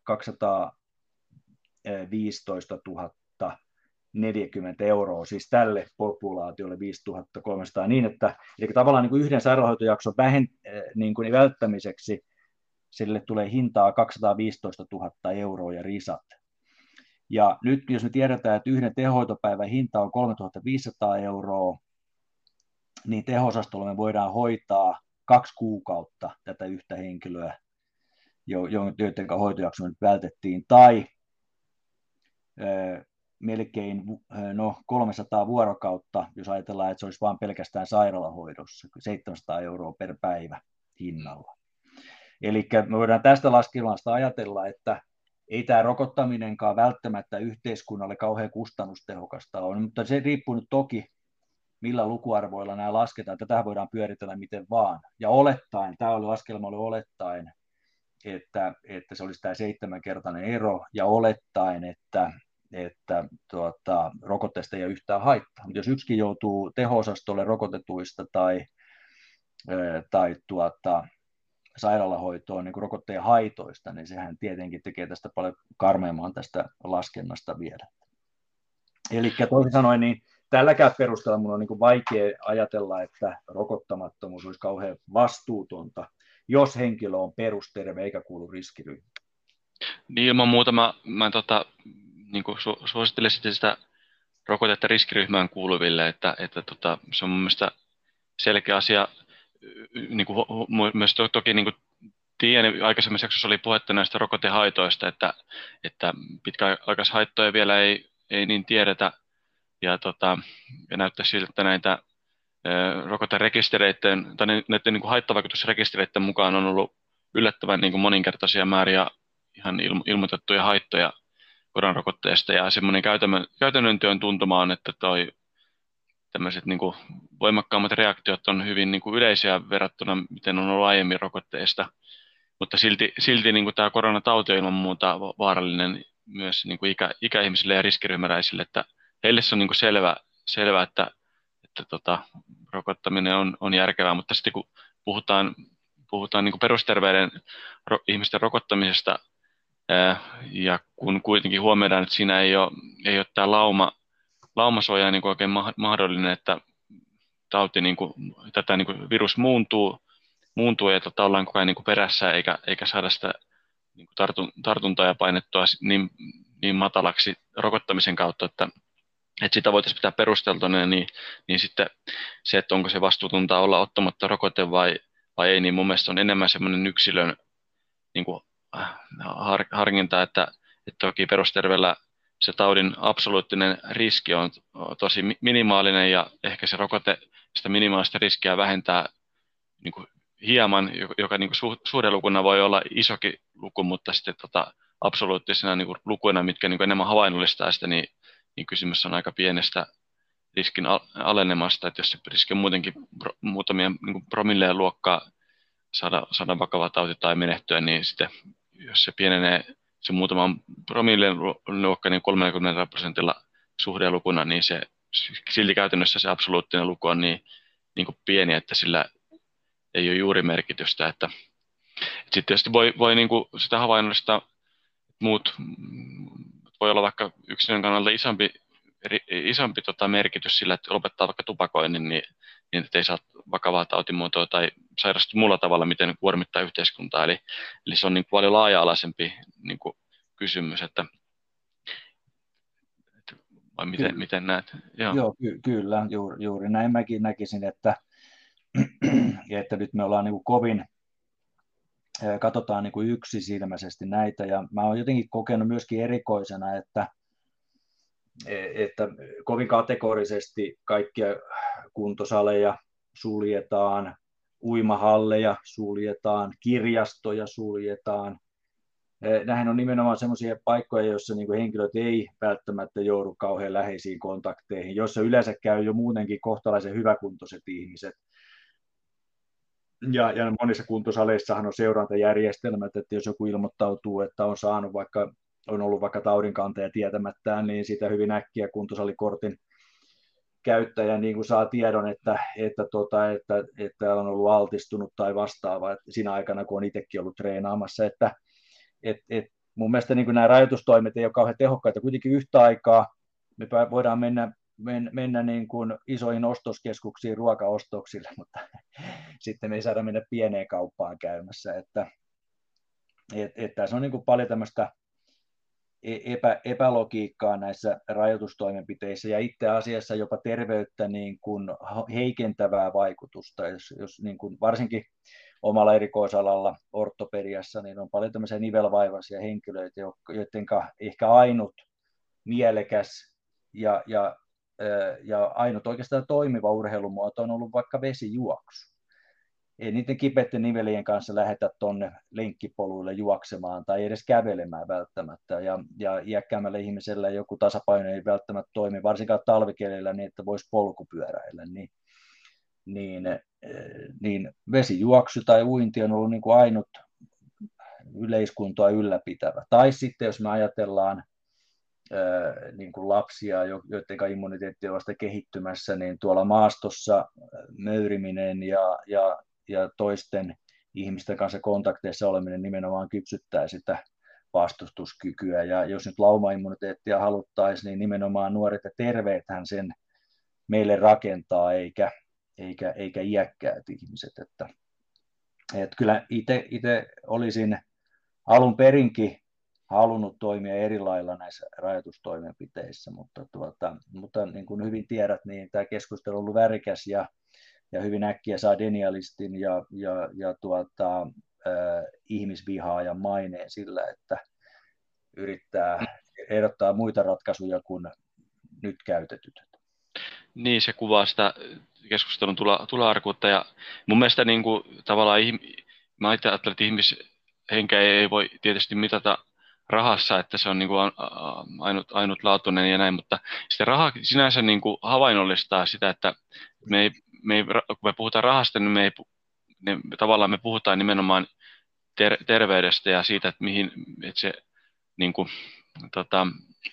kaksisataaviisitoistatuhatta neljäkymmentä euroa, siis tälle populaatiolle viisituhatta kolmesataa, niin että eli tavallaan niin kuin yhden sairaanhoitojakson vähen, niin kuin välttämiseksi sille tulee hintaa kaksisataaviisitoistatuhatta euroa ja risat. Ja nyt jos me tiedetään, että yhden tehohoitopäivän hinta on kolmetuhattaviisisataa euroa, niin teho-osastolla me voidaan hoitaa kaksi kuukautta tätä yhtä henkilöä, joiden hoitojakso nyt vältettiin, tai ö, melkein no, kolmesataa vuorokautta, jos ajatellaan, että se olisi vain pelkästään sairaalahoidossa, seitsemänsataa euroa per päivä hinnalla. Eli me voidaan tästä laskelmasta ajatella, että ei tämä rokottaminenkaan välttämättä yhteiskunnalle kauhean kustannustehokasta ole, mutta se riippuu nyt toki, millä lukuarvoilla nämä lasketaan. Tätä voidaan pyöritellä miten vaan. Ja olettaen, tämä oli laskelma oli olettaen, että, että se olisi tämä seitsemänkertainen ero, ja olettaen, että, että tuota, rokotteesta ei ole yhtään haittaa. Mutta jos yksikin joutuu teho-osastolle rokotetuista tai, tai tuota, sairaalahoitoon niin kuin rokotteen haitoista, niin sehän tietenkin tekee tästä paljon karmeamman tästä laskennasta vielä. Eli toisin sanoen, niin tälläkään perusteella minun on niin kuin vaikea ajatella, että rokottamattomuus olisi kauhean vastuutonta, jos henkilö on perusterve eikä kuulu riskiryhmään. Niin ilman muuta mä, mä tota, niin kuin su- suosittelisin sitä rokotetta riskiryhmään kuuluville, että, että tota, se on mun mielestä selkeä asia. Niin kuin, myös to, toki niin kuin tiedän, aikaisemmassa jaksossa oli puhetta näistä rokotehaitoista, että, että pitkäaikaishaittoja vielä ei, ei niin tiedetä, ja, tota, ja näyttää siltä, että näitä ää, rokoterekistereiden tai näiden niin kuin haittavaikutusrekistereiden mukaan on ollut yllättävän niin kuin moninkertaisia määriä ihan ilmo, ilmoitettuja haittoja koronarokotteesta, ja semmoinen käytännön, käytännön työn tuntuma on, että toi tämmöiset niin kuin voimakkaammat reaktiot on hyvin niin kuin yleisiä verrattuna, miten on ollut aiemmin rokotteesta, mutta silti, silti niin kuin tämä koronatauti on ilman muuta vaarallinen myös niin kuin ikä, ikäihmisille ja riskiryhmäläisille, että heille se on niin kuin selvä, selvä, että, että tota, rokottaminen on, on järkevää, mutta sitten kun puhutaan, puhutaan niin kuin perusterveyden ro, ihmisten rokottamisesta, ää, ja kun kuitenkin huomioidaan, että siinä ei ole, ei ole tämä lauma, laumasuoja niin kuin oikein mahdollinen, että tauti, niin kuin, tätä niin kuin virus muuntuu, muuntuu ja tota, ollaan koko ajan niin kuin perässä, eikä, eikä saada sitä niin kuin tartun, tartuntaa ja painettua niin, niin matalaksi rokottamisen kautta, että, että sitä voitaisiin pitää perusteltuna, niin, niin sitten se, että onko se vastuutonta olla ottamatta rokote vai, vai ei, niin mun mielestä on enemmän semmoinen yksilön niin kuin, har, harkinta, että, että toki perusterveellä se taudin absoluuttinen riski on tosi minimaalinen, ja ehkä se rokote sitä minimaalista riskiä vähentää niin kuin hieman, joka niin kuin suhdelukuna voi olla isokin luku, mutta sitten tota, absoluuttisena niin kuin lukuina, mitkä niin kuin enemmän havainnollistaa sitä, niin, niin kysymys on aika pienestä riskin alenemasta, että jos se riski on muutenkin pro, muutamia niin kuin promilleen luokkaa saada, saada vakava tauti tai menehtyä, niin sitten jos se pienenee se muutaman promilleen luokka niin kolmekymmentä prosentilla suhdelukuna, niin se silti käytännössä se absoluuttinen luku on niin, niin kuin pieni, että sillä ei ole juuri merkitystä. Että, että sitten tietysti voi, voi niin kuin sitä havainnollista, muut, mm, voi olla vaikka yksilön kannalta isompi, eri, isompi tota, merkitys sillä, että lopettaa vaikka tupakoinnin, niin, niin että ei saa vakavaa tautimuotoa tai sairastu muulla tavalla, miten kuormittaa yhteiskuntaa. Eli, eli se on niin kuin paljon laaja-alaisempi niin kuin kysymys, että, että vai miten, Kyllä, miten näet? Joo. joo, ky- kyllä juuri, juuri näin mäkin näkisin, että, että nyt me ollaan niin kuin kovin, katsotaan niin kuin yksisilmäisesti näitä, ja mä oon jotenkin kokenut myöskin erikoisena, että, että kovin kategorisesti kaikkia kuntosaleja suljetaan, uimahalleja suljetaan, kirjastoja suljetaan. Nämähän on nimenomaan sellaisia paikkoja, joissa niin kuin henkilöt ei välttämättä joudu kauhean läheisiin kontakteihin, joissa yleensä käy jo muutenkin kohtalaisen hyväkuntoiset ihmiset. Ja, ja monissa kuntosaleissahan on seurantajärjestelmät, että jos joku ilmoittautuu, että on saanut vaikka, on ollut vaikka taudinkantaja tietämättään, niin sitä hyvin äkkiä kuntosalikortin käyttäjä niin kuin saa tiedon, että, että, tota, että, että on ollut altistunut tai vastaava että siinä aikana, kun on itsekin ollut treenaamassa. Että, et, et mun mielestä niin kuin nämä rajoitustoimet ei ole kauhean tehokkaita. Kuitenkin yhtä aikaa me voidaan mennä, men, mennä niin kuin isoihin ostoskeskuksiin ruokaostoksille, mutta sitten me ei saada mennä pieneen kauppaan käymässä. Että, et, et tässä on niin kuin paljon tämmöistä Epä, epälogiikkaa näissä rajoitustoimenpiteissä ja itse asiassa jopa terveyttä niin kuin heikentävää vaikutusta, jos, jos niin kuin varsinkin omalla erikoisalalla ortopediassa niin on paljon tämmöisiä nivelvaivaisia henkilöitä, joiden ehkä ainut mielekäs ja, ja, ja ainut oikeastaan toimiva urheilumuoto on ollut vaikka vesijuoksu. Ei niiden kipeiden nivelien kanssa lähetä tuonne lenkkipoluille juoksemaan tai edes kävelemään välttämättä. Ja, ja iäkkäämmällä ihmisellä joku tasapaino ei välttämättä toimi, varsinkaan talvikelillä niin, että voisi polkupyöräillä. Niin, niin, niin vesijuoksu tai uinti on ollut niin kuin ainut yleiskuntoa ylläpitävä. Tai sitten jos me ajatellaan niin kuin lapsia, joiden immuniteetti on vasta kehittymässä, niin tuolla maastossa möyriminen ja, ja ja toisten ihmisten kanssa kontakteissa oleminen nimenomaan kypsyttää sitä vastustuskykyä. Ja jos nyt laumaimmuniteettia haluttaisiin, niin nimenomaan nuoret ja terveethän sen meille rakentaa, eikä, eikä, eikä iäkkäät ihmiset. Että, että kyllä itse olisin alun perinkin halunnut toimia eri lailla näissä rajoitustoimenpiteissä, mutta, tuota, mutta niin kuin hyvin tiedät, niin tämä keskustelu on ollut värikäs ja ja hyvin äkkiä saa denialistin ja, ja, ja tuota, äh, ihmisvihaajan maineen sillä, että yrittää ehdottaa muita ratkaisuja kuin nyt käytetyt. Niin, se kuvaa sitä keskustelun tula, tula-arkuutta ja mun mielestä niin kuin, tavallaan mä ajattelen, että ihmishenkeä ei voi tietysti mitata rahassa, että se on niin kuin ainut, ainutlaatuinen ja näin, mutta sitten raha sinänsä niin kuin havainnollistaa sitä, että me ei, me ei, kun me puhutaan rahasta, niin me ei, ne, tavallaan me puhutaan nimenomaan ter, terveydestä ja siitä, että mihin että se niin kuin, tota,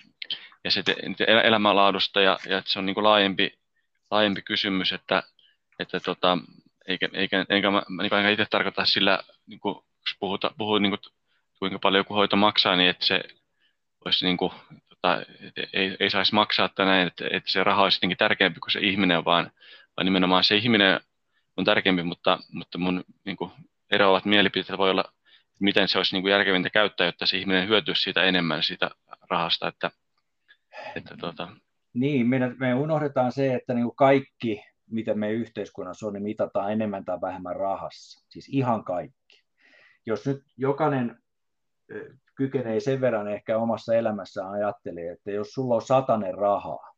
ja se elämänlaadusta ja, ja että se on niin kuin laajempi, laajempi kysymys, että, että tota, eikä, eikä, eikä mä niin itse tarkoita sillä, niin kuin, jos puhuta, puhuu niin kuin, kuinka paljon joku hoito maksaa, niin että se olisi niin kuin, tota, ei, ei saisi maksaa tai näin, että, että se raha olisi jotenkin tärkeämpi kuin se ihminen, vaan, vaan nimenomaan se ihminen on tärkeämpi, mutta, mutta mun niin kuin, eroavat mielipiteet voi olla, miten se olisi niin kuin järkevintä käyttää, jotta se ihminen hyötyisi siitä enemmän siitä rahasta, että, että tota... Niin, me, me unohdetaan se, että niin kuin kaikki, mitä meidän yhteiskunnassa on, niin mitataan enemmän tai vähemmän rahassa. Siis ihan kaikki. Jos nyt jokainen kykenee sen verran ehkä omassa elämässään ajattelee, että jos sulla on satanen rahaa,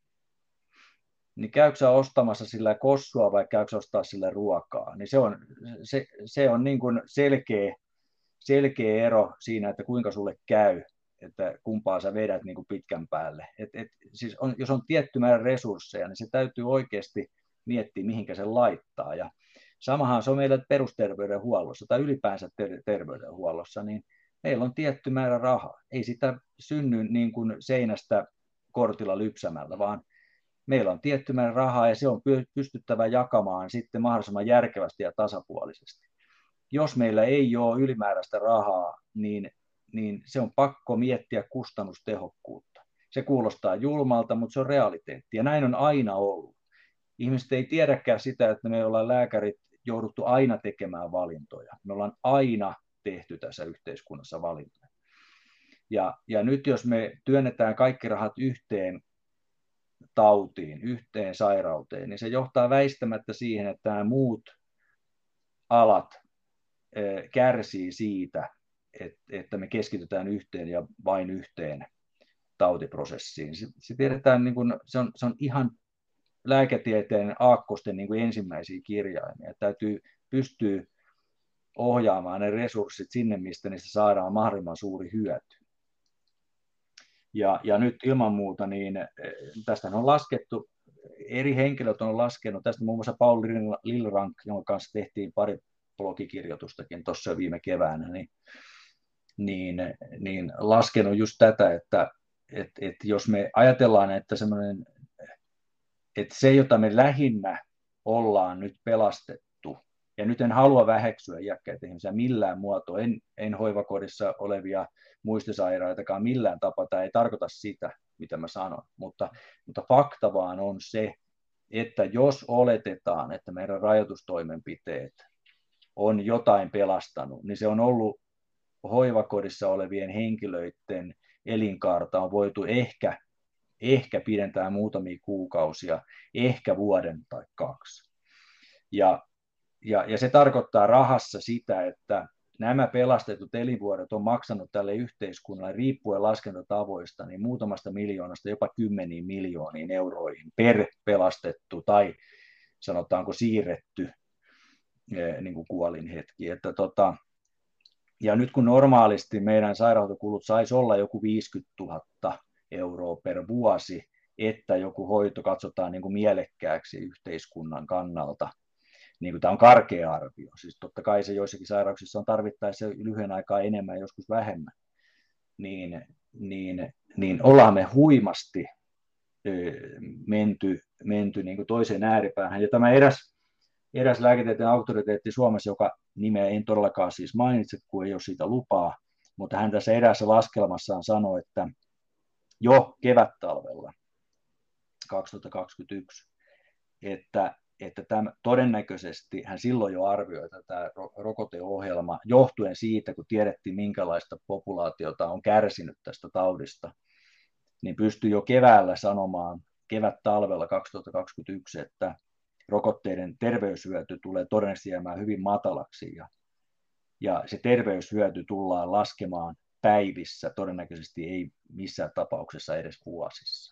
niin käykö sä ostamassa sillä kossua vai käykö ostaa sillä ruokaa? Niin se on, se, se on niin kuin selkeä, selkeä ero siinä, että kuinka sulle käy, että kumpaa sä vedät niin kuin pitkän päälle. Et, et, siis on, jos on tietty määrä resursseja, niin se täytyy oikeasti miettiä, mihinkä se laittaa. Ja samahan se on meillä perusterveydenhuollossa tai ylipäänsä ter- terveydenhuollossa, niin meillä on tietty määrä rahaa. Ei sitä synny niin kuin seinästä kortilla lypsämällä, vaan meillä on tietty määrä rahaa ja se on pystyttävä jakamaan sitten mahdollisimman järkevästi ja tasapuolisesti. Jos meillä ei ole ylimääräistä rahaa, niin niin se on pakko miettiä kustannustehokkuutta. Se kuulostaa julmalta, mutta se on realiteetti, ja näin on aina ollut. Ihmiset ei tiedäkään sitä, että me ollaan lääkärit jouduttu aina tekemään valintoja. Me ollaan aina tehty tässä yhteiskunnassa valintoja. Ja, ja nyt jos me työnnetään kaikki rahat yhteen tautiin, yhteen sairauteen, niin se johtaa väistämättä siihen, että nämä muut alat eh, kärsii siitä, että, että me keskitytään yhteen ja vain yhteen tautiprosessiin. Se, se, tiedetään, niin kuin, se, on, se on ihan lääketieteen aakkosten niin kuin ensimmäisiä kirjaimia. Täytyy pystyä ohjaamaan ne resurssit sinne, mistä niistä saadaan mahdollisimman suuri hyöty. Ja, ja nyt ilman muuta, niin tästä on laskettu, eri henkilöt on laskenut, tästä muun muassa Paul Lillrank, jonka kanssa tehtiin pari blogikirjoitustakin tuossa viime keväänä, niin, niin, niin laskenut just tätä, että et, et jos me ajatellaan, että semmoinen, että se, jota me lähinnä ollaan nyt pelastettu, ja nyt en halua väheksyä iäkkäitä ihmisiä millään muotoa, en, en hoivakodissa olevia muistisairaitakaan millään tapaa, tämä ei tarkoita sitä, mitä mä sanon, mutta, mutta fakta vaan on se, että jos oletetaan, että meidän rajoitustoimenpiteet on jotain pelastanut, niin se on ollut hoivakodissa olevien henkilöiden elinkaarta on voitu ehkä, ehkä pidentää muutamia kuukausia, ehkä vuoden tai kaksi. Ja, ja, ja se tarkoittaa rahassa sitä, että nämä pelastetut elinvuodet on maksanut tälle yhteiskunnalle riippuen laskentatavoista niin muutamasta miljoonasta jopa kymmeniin miljooniin euroihin per pelastettu tai sanotaanko siirretty niin kuin kuolinhetki. Että tota, ja nyt kun normaalisti meidän sairaanhoitokulut saisi olla joku viisikymmentätuhatta euroa per vuosi, että joku hoito katsotaan niin kuin mielekkääksi yhteiskunnan kannalta, niin kuin tämä on karkea arvio. Siis totta kai se joissakin sairauksissa on tarvittaessa lyhyen aikaa enemmän, joskus vähemmän. Niin, niin, niin ollaan me huimasti ö, menty, menty niin kuin toiseen ääripäähän. Ja tämä eräs, eräs lääketieteen auktoriteetti Suomessa, joka nimeä en todellakaan siis mainitse, kun ei ole siitä lupaa, mutta hän tässä eräässä laskelmassaan sanoi, että jo kevättalvella kaksituhattakaksikymmentäyksi, että että tämän, todennäköisesti hän silloin jo arvioi, että tämä rokoteohjelma, johtuen siitä, kun tiedettiin, minkälaista populaatiota on kärsinyt tästä taudista, niin pystyi jo keväällä sanomaan, kevät-talvella kaksituhattakaksikymmentäyksi, että rokotteiden terveyshyöty tulee todennäköisesti jäämään hyvin matalaksi, ja, ja se terveyshyöty tullaan laskemaan päivissä, todennäköisesti ei missään tapauksessa edes vuosissa.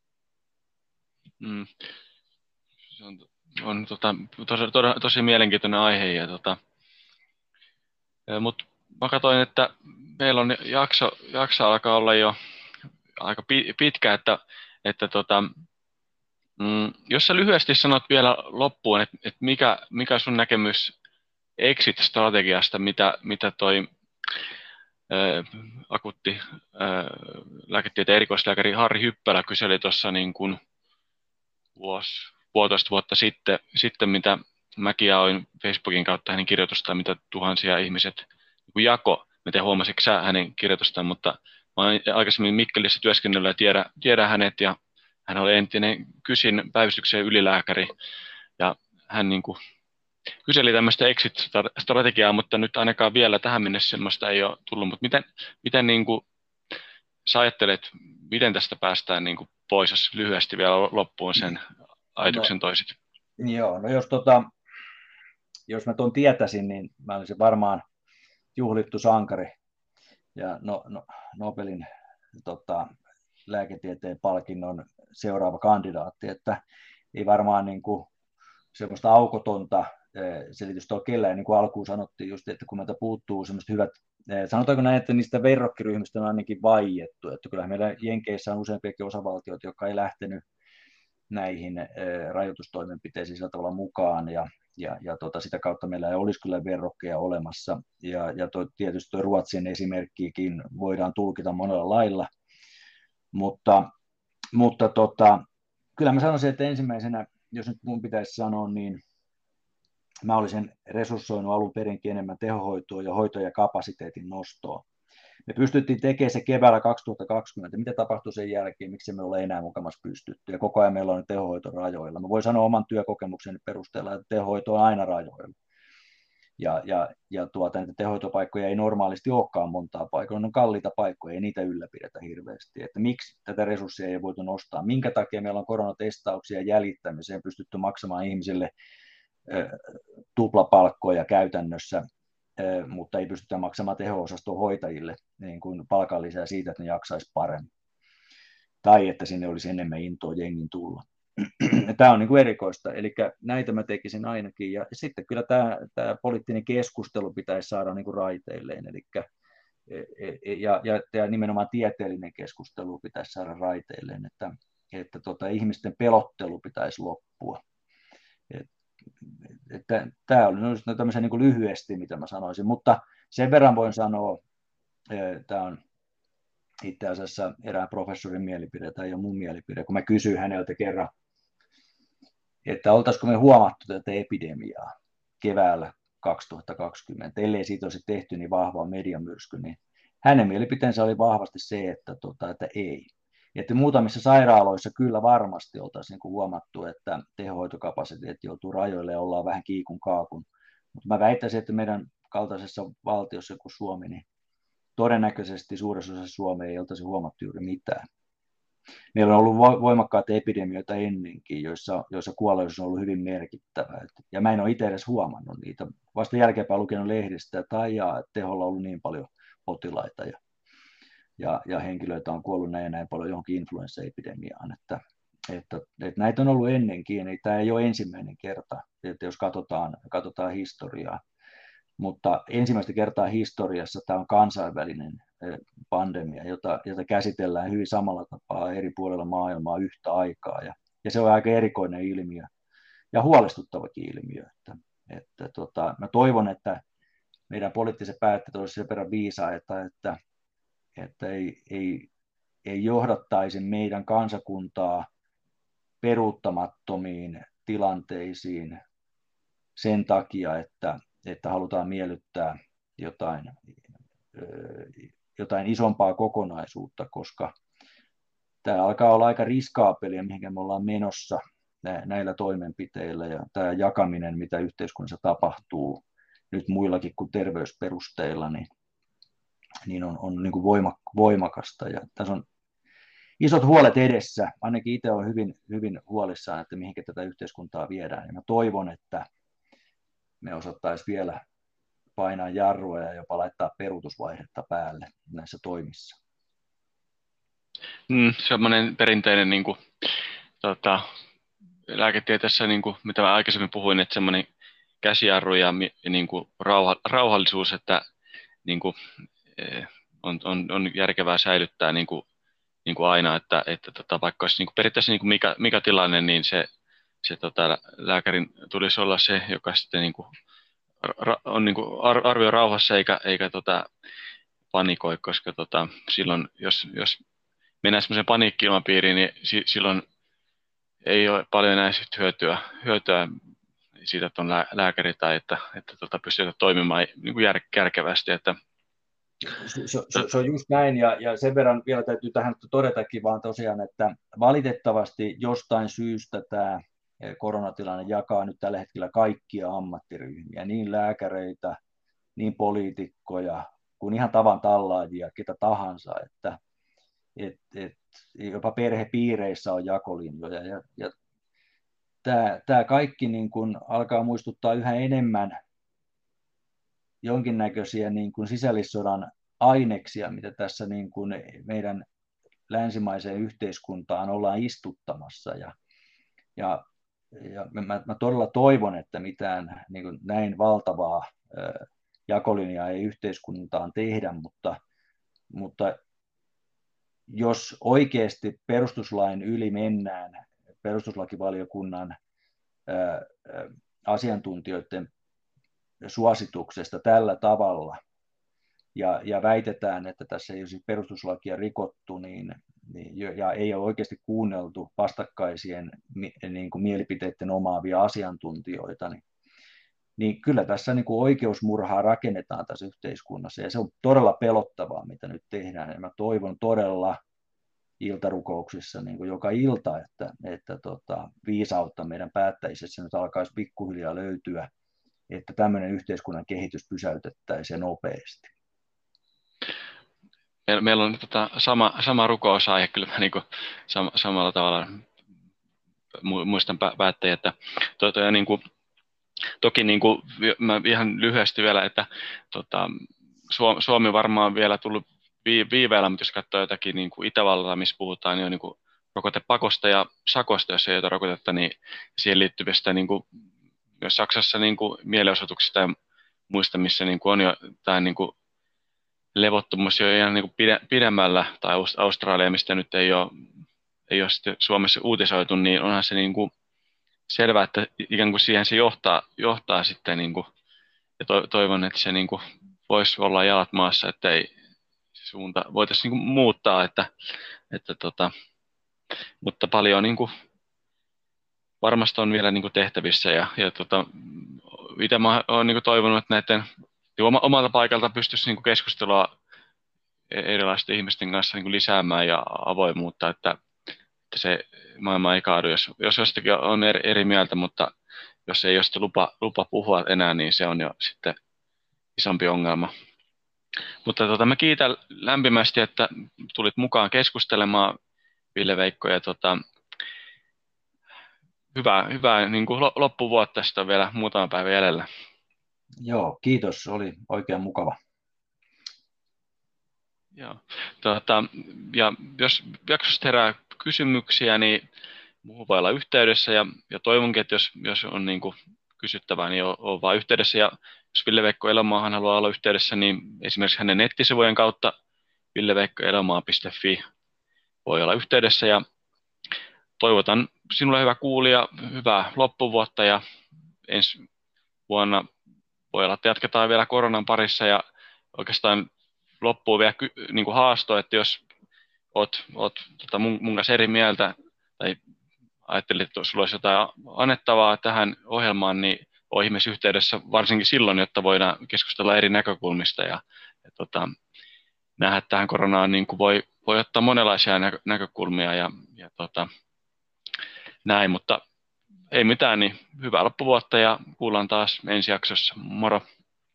Mm. Se on on tota, tosi, tosi, tosi mielenkiintoinen aihe. Ja, tota, mutta mä katsoin, että meillä on jakso, jakso alkaa olla jo aika pitkä, että, että tota, mm, jos sä lyhyesti sanot vielä loppuun, että, että mikä, mikä sun näkemys exit-strategiasta, mitä, mitä toi ää, akuutti ää, lääketieteen erikoislääkäri Harri Hyppälä kyseli tuossa niin kuin vuosi puolitoista vuotta sitten, sitten mitä mäkin jaoin Facebookin kautta hänen kirjoitustaan, mitä tuhansia ihmiset niin jako. Mä tiedän, huomasitko sä hänen kirjoitustaan, mutta mä olen aikaisemmin Mikkelissä työskennellyt ja tiedän, tiedän hänet, ja hän oli entinen Kysin päivystyksen ylilääkäri, ja hän niin kuin kyseli tämmöistä exit-strategiaa, mutta nyt ainakaan vielä tähän mennessä semmoista ei ole tullut, mutta miten, miten niin kuin sä ajattelet, miten tästä päästään niin kuin pois, jos lyhyesti vielä loppuun sen ajatuksen toisit? No, joo, no jos, tota, jos mä tuon tietäisin, niin mä olisin varmaan juhlittu sankari ja no, no, Nobelin tota, lääketieteen palkinnon seuraava kandidaatti, että ei varmaan niin kuin semmoista aukotonta selitystä ole kellään, niin kuin alkuun sanottiin just, että kun meiltä puuttuu semmoiset hyvät, sanotaanko näin, että niistä verrokkiryhmistä on ainakin vaiettu, että kyllähän meillä Jenkeissä on useampiakin osavaltioita, jotka ei lähtenyt näihin rajoitustoimenpiteisiin sillä tavalla mukaan, ja, ja, ja tota, sitä kautta meillä ei olisi kyllä verrokkeja olemassa, ja, ja toi, tietysti tuo Ruotsin esimerkkiäkin voidaan tulkita monella lailla, mutta, mutta tota, kyllä mä sanoisin, että ensimmäisenä, jos nyt mun pitäisi sanoa, niin mä olisin resurssoinut alun perinkin enemmän tehohoitoa ja hoito- ja kapasiteetin nostoa. Me pystyttiin tekemään se keväällä kaksituhattakaksikymmentä. Mitä tapahtui sen jälkeen? Miksi me ole enää mukamassa pystytty? Ja koko ajan meillä on tehohoito rajoilla. Mä voin sanoa oman työkokemukseni perusteella, että tehohoito on aina rajoilla. Ja, ja, ja tuota, näitä tehohoitopaikkoja ei normaalisti olekaan montaa paikkaa. Ne on kalliita paikkoja, ei niitä ylläpidetä hirveästi. Että miksi tätä resursseja ei voitu nostaa? Minkä takia meillä on koronatestauksia ja jäljittämiseen pystytty maksamaan ihmisille äh, tuplapalkkoja käytännössä, mutta ei pystytä maksamaan teho-osaston hoitajille niin kuin palkanlisää siitä, että ne jaksaisi paremmin. Tai että sinne olisi enemmän intoa jengin tulla. Tämä on niin kuin erikoista, eli näitä mä tekisin ainakin. Ja sitten kyllä tämä, tämä poliittinen keskustelu pitäisi saada niin kuin raiteilleen, eli, ja, ja, ja nimenomaan tieteellinen keskustelu pitäisi saada raiteilleen, että, että tota, ihmisten pelottelu pitäisi loppua. Että tämä oli tämmöisen niin kuin lyhyesti, mitä mä sanoisin, mutta sen verran voin sanoa, tämä on itse asiassa erään professorin mielipide, tai ei ole mun mielipide, kun mä kysyin häneltä kerran, että oltaisiko me huomattu tätä epidemiaa keväällä kaksituhattakaksikymmentä, ellei siitä olisi tehty niin vahvaa mediamyrsky, niin hänen mielipiteensä oli vahvasti se, että, tota, että ei. Että muutamissa sairaaloissa kyllä varmasti oltaisiin niin huomattu, että tehohoitokapasiteetti joutuu rajoille ja ollaan vähän kiikun kaakun. Mutta mä väittäisin, että meidän kaltaisessa valtiossa kuin Suomi, niin todennäköisesti suuressa osassa Suomea ei oltaisi huomattu juuri mitään. Meillä on ollut voimakkaita epidemioita ennenkin, joissa, joissa kuolleisuus on ollut hyvin merkittävä. Ja mä en ole itse edes huomannut niitä. Vasta jälkeenpäin lukenut lehdistä, että aijaa, että teholla on ollut niin paljon potilaita ja Ja, ja henkilöitä on kuollut näin ja näin paljon johonkin influenssaepidemiaan, että, että, että näitä on ollut ennenkin, niin tämä ei ole ensimmäinen kerta, että jos katsotaan, katsotaan historiaa, mutta ensimmäistä kertaa historiassa tämä on kansainvälinen pandemia, jota, jota käsitellään hyvin samalla tapaa eri puolilla maailmaa yhtä aikaa, ja, ja se on aika erikoinen ilmiö ja huolestuttavakin ilmiö, että, että tota, mä toivon, että meidän poliittiset päättäjät olisivat sen verran viisaita, että että ei, ei, ei johdattaisi meidän kansakuntaa peruuttamattomiin tilanteisiin sen takia, että, että halutaan miellyttää jotain, jotain isompaa kokonaisuutta, koska tämä alkaa olla aika riskaapelia, mihin me ollaan menossa näillä toimenpiteillä, ja tämä jakaminen, mitä yhteiskunnassa tapahtuu nyt muillakin kuin terveysperusteilla, niin niin on, on niin kuin voimakasta. Ja tässä on isot huolet edessä. Ainakin itse olen hyvin, hyvin huolissaan, että mihinkä tätä yhteiskuntaa viedään. Ja mä toivon, että me osattaisiin vielä painaa jarrua ja jopa laittaa peruutusvaihetta päälle näissä toimissa. Mm, semmoinen perinteinen niin kuin, tota, lääketieteessä, niin kuin, mitä mä aikaisemmin puhuin, että semmoinen käsijarru ja niin kuin, rauha, rauhallisuus, että niin kuin, On, on, on järkevää säilyttää niin kuin, niin kuin aina, että, että tota, vaikka olisi niin kuin periaatteessa niin kuin mikä, mikä tilanne, niin se, se tota, lääkärin tulisi olla se, joka sitten niin kuin, ra, on niin kuin arvioi rauhassa eikä, eikä tota, panikoi, koska tota, silloin, jos, jos mennään semmoiseen paniikki-ilmapiiriin, niin si, silloin ei ole paljon enää hyötyä, hyötyä siitä, että on lääkäri tai että, että tota, pystytään toimimaan niin kuin jär, järkevästi, että Se, se, se on just näin, ja, ja sen verran vielä täytyy tähän todetakin vaan tosiaan, että valitettavasti jostain syystä tämä koronatilanne jakaa nyt tällä hetkellä kaikkia ammattiryhmiä, niin lääkäreitä, niin poliitikkoja, kuin ihan tavan tallaajia, ketä tahansa, että et, et, jopa perhepiireissä on jakolinjoja, ja, ja tämä, tämä kaikki niin kuin alkaa muistuttaa yhä enemmän jonkinnäköisiä niin kuin sisällissodan aineksia, mitä tässä niin kuin meidän länsimaiseen yhteiskuntaan ollaan istuttamassa. Ja, ja, ja mä, mä todella toivon, että mitään niin kuin näin valtavaa ää, jakolinjaa ei yhteiskuntaan tehdä, mutta, mutta jos oikeasti perustuslain yli mennään, perustuslakivaliokunnan ää, asiantuntijoiden suosituksesta tällä tavalla, ja, ja väitetään, että tässä ei olisi perustuslakia rikottu, niin, niin, ja ei ole oikeasti kuunneltu vastakkaisien niin kuin mielipiteiden omaavia asiantuntijoita, niin, niin kyllä tässä niin kuin oikeusmurhaa rakennetaan tässä yhteiskunnassa, ja se on todella pelottavaa, mitä nyt tehdään, ja mä toivon todella iltarukouksissa niin kuin joka ilta, että, että tota, viisautta meidän päättäjissä nyt alkaisi pikkuhiljaa löytyä, että tämmöinen yhteiskunnan kehitys pysäytettäisiin nopeasti. Meillä on tota sama, sama rukousaihe kyllä niin kuin sam, samalla tavalla muistan päättäjä, että to, to, niin kuin, toki niin kuin, mä ihan lyhyesti vielä, että tota, Suomi varmaan vielä tullut viiveellä, mutta jos katsoo jotakin niin kuin Itävaltaa, missä puhutaan niin, niin kuin rokotepakosta ja sakosta, jos ei ole rokotetta, niin siihen liittyvistä niin kuin, myös Saksassa niin kuin mielenosoituksista ja muista, missä niin kuin on jo tämä niin kuin levottomuus jo ihan niin kuin pidemmällä, tai Australia, mistä nyt ei ole, ei ole sitten Suomessa uutisoitu, niin onhan se niin kuin selvää, että ikään kuin siihen se johtaa, johtaa sitten, niin kuin, ja to, toivon, että se niin kuin voisi olla jalat maassa, että ei suunta voitaisiin niin kuin muuttaa, että, että tota, mutta paljon niin kuin varmasti on vielä niin kuin tehtävissä, ja, ja tota, itse mä olen niin kuin toivonut, että näiden omalta paikalta pystyisi niin kuin keskustelua erilaisten ihmisten kanssa niin kuin lisäämään ja avoimuutta, että, että se maailma ei kaadu, jos, jos jostakin on eri, eri mieltä, mutta jos ei ole sitä lupa, lupa puhua enää, niin se on jo sitten isompi ongelma. Mutta tota, mä kiitän lämpimästi, että tulit mukaan keskustelemaan, Ville-Veikko, ja tota, hyvää, hyvää niin kuin loppuvuotta, tästä on vielä muutama päivä jäljellä. Joo, kiitos, oli oikein mukava. Joo. Tuota, ja jos jaksosta herää kysymyksiä, niin muuhun voi olla yhteydessä, ja, ja toivonkin, että jos, jos on niin kuin kysyttävää, niin on, on vaan yhteydessä, ja jos Ville-Veikko Elomaahan haluaa olla yhteydessä, niin esimerkiksi hänen nettisivujen kautta ville veikko elomaa piste fi voi olla yhteydessä, ja toivotan sinulle, hyvä kuulija, hyvää loppuvuotta, ja ensi vuonna voi olla, että jatketaan vielä koronan parissa, ja oikeastaan loppuu vielä niin kuin haasto, että jos olet, olet tota mun, mun kanssa eri mieltä, tai ajattelit, että sinulla olisi jotain annettavaa tähän ohjelmaan, niin ole ihmeessä yhteydessä varsinkin silloin, jotta voidaan keskustella eri näkökulmista, ja, ja tota, nähdä, että tähän koronaan niin kuin voi, voi ottaa monenlaisia näkö, näkökulmia, ja, ja tota, näin, mutta ei mitään, niin hyvää loppuvuotta, ja kuullaan taas ensi jaksossa. Moro!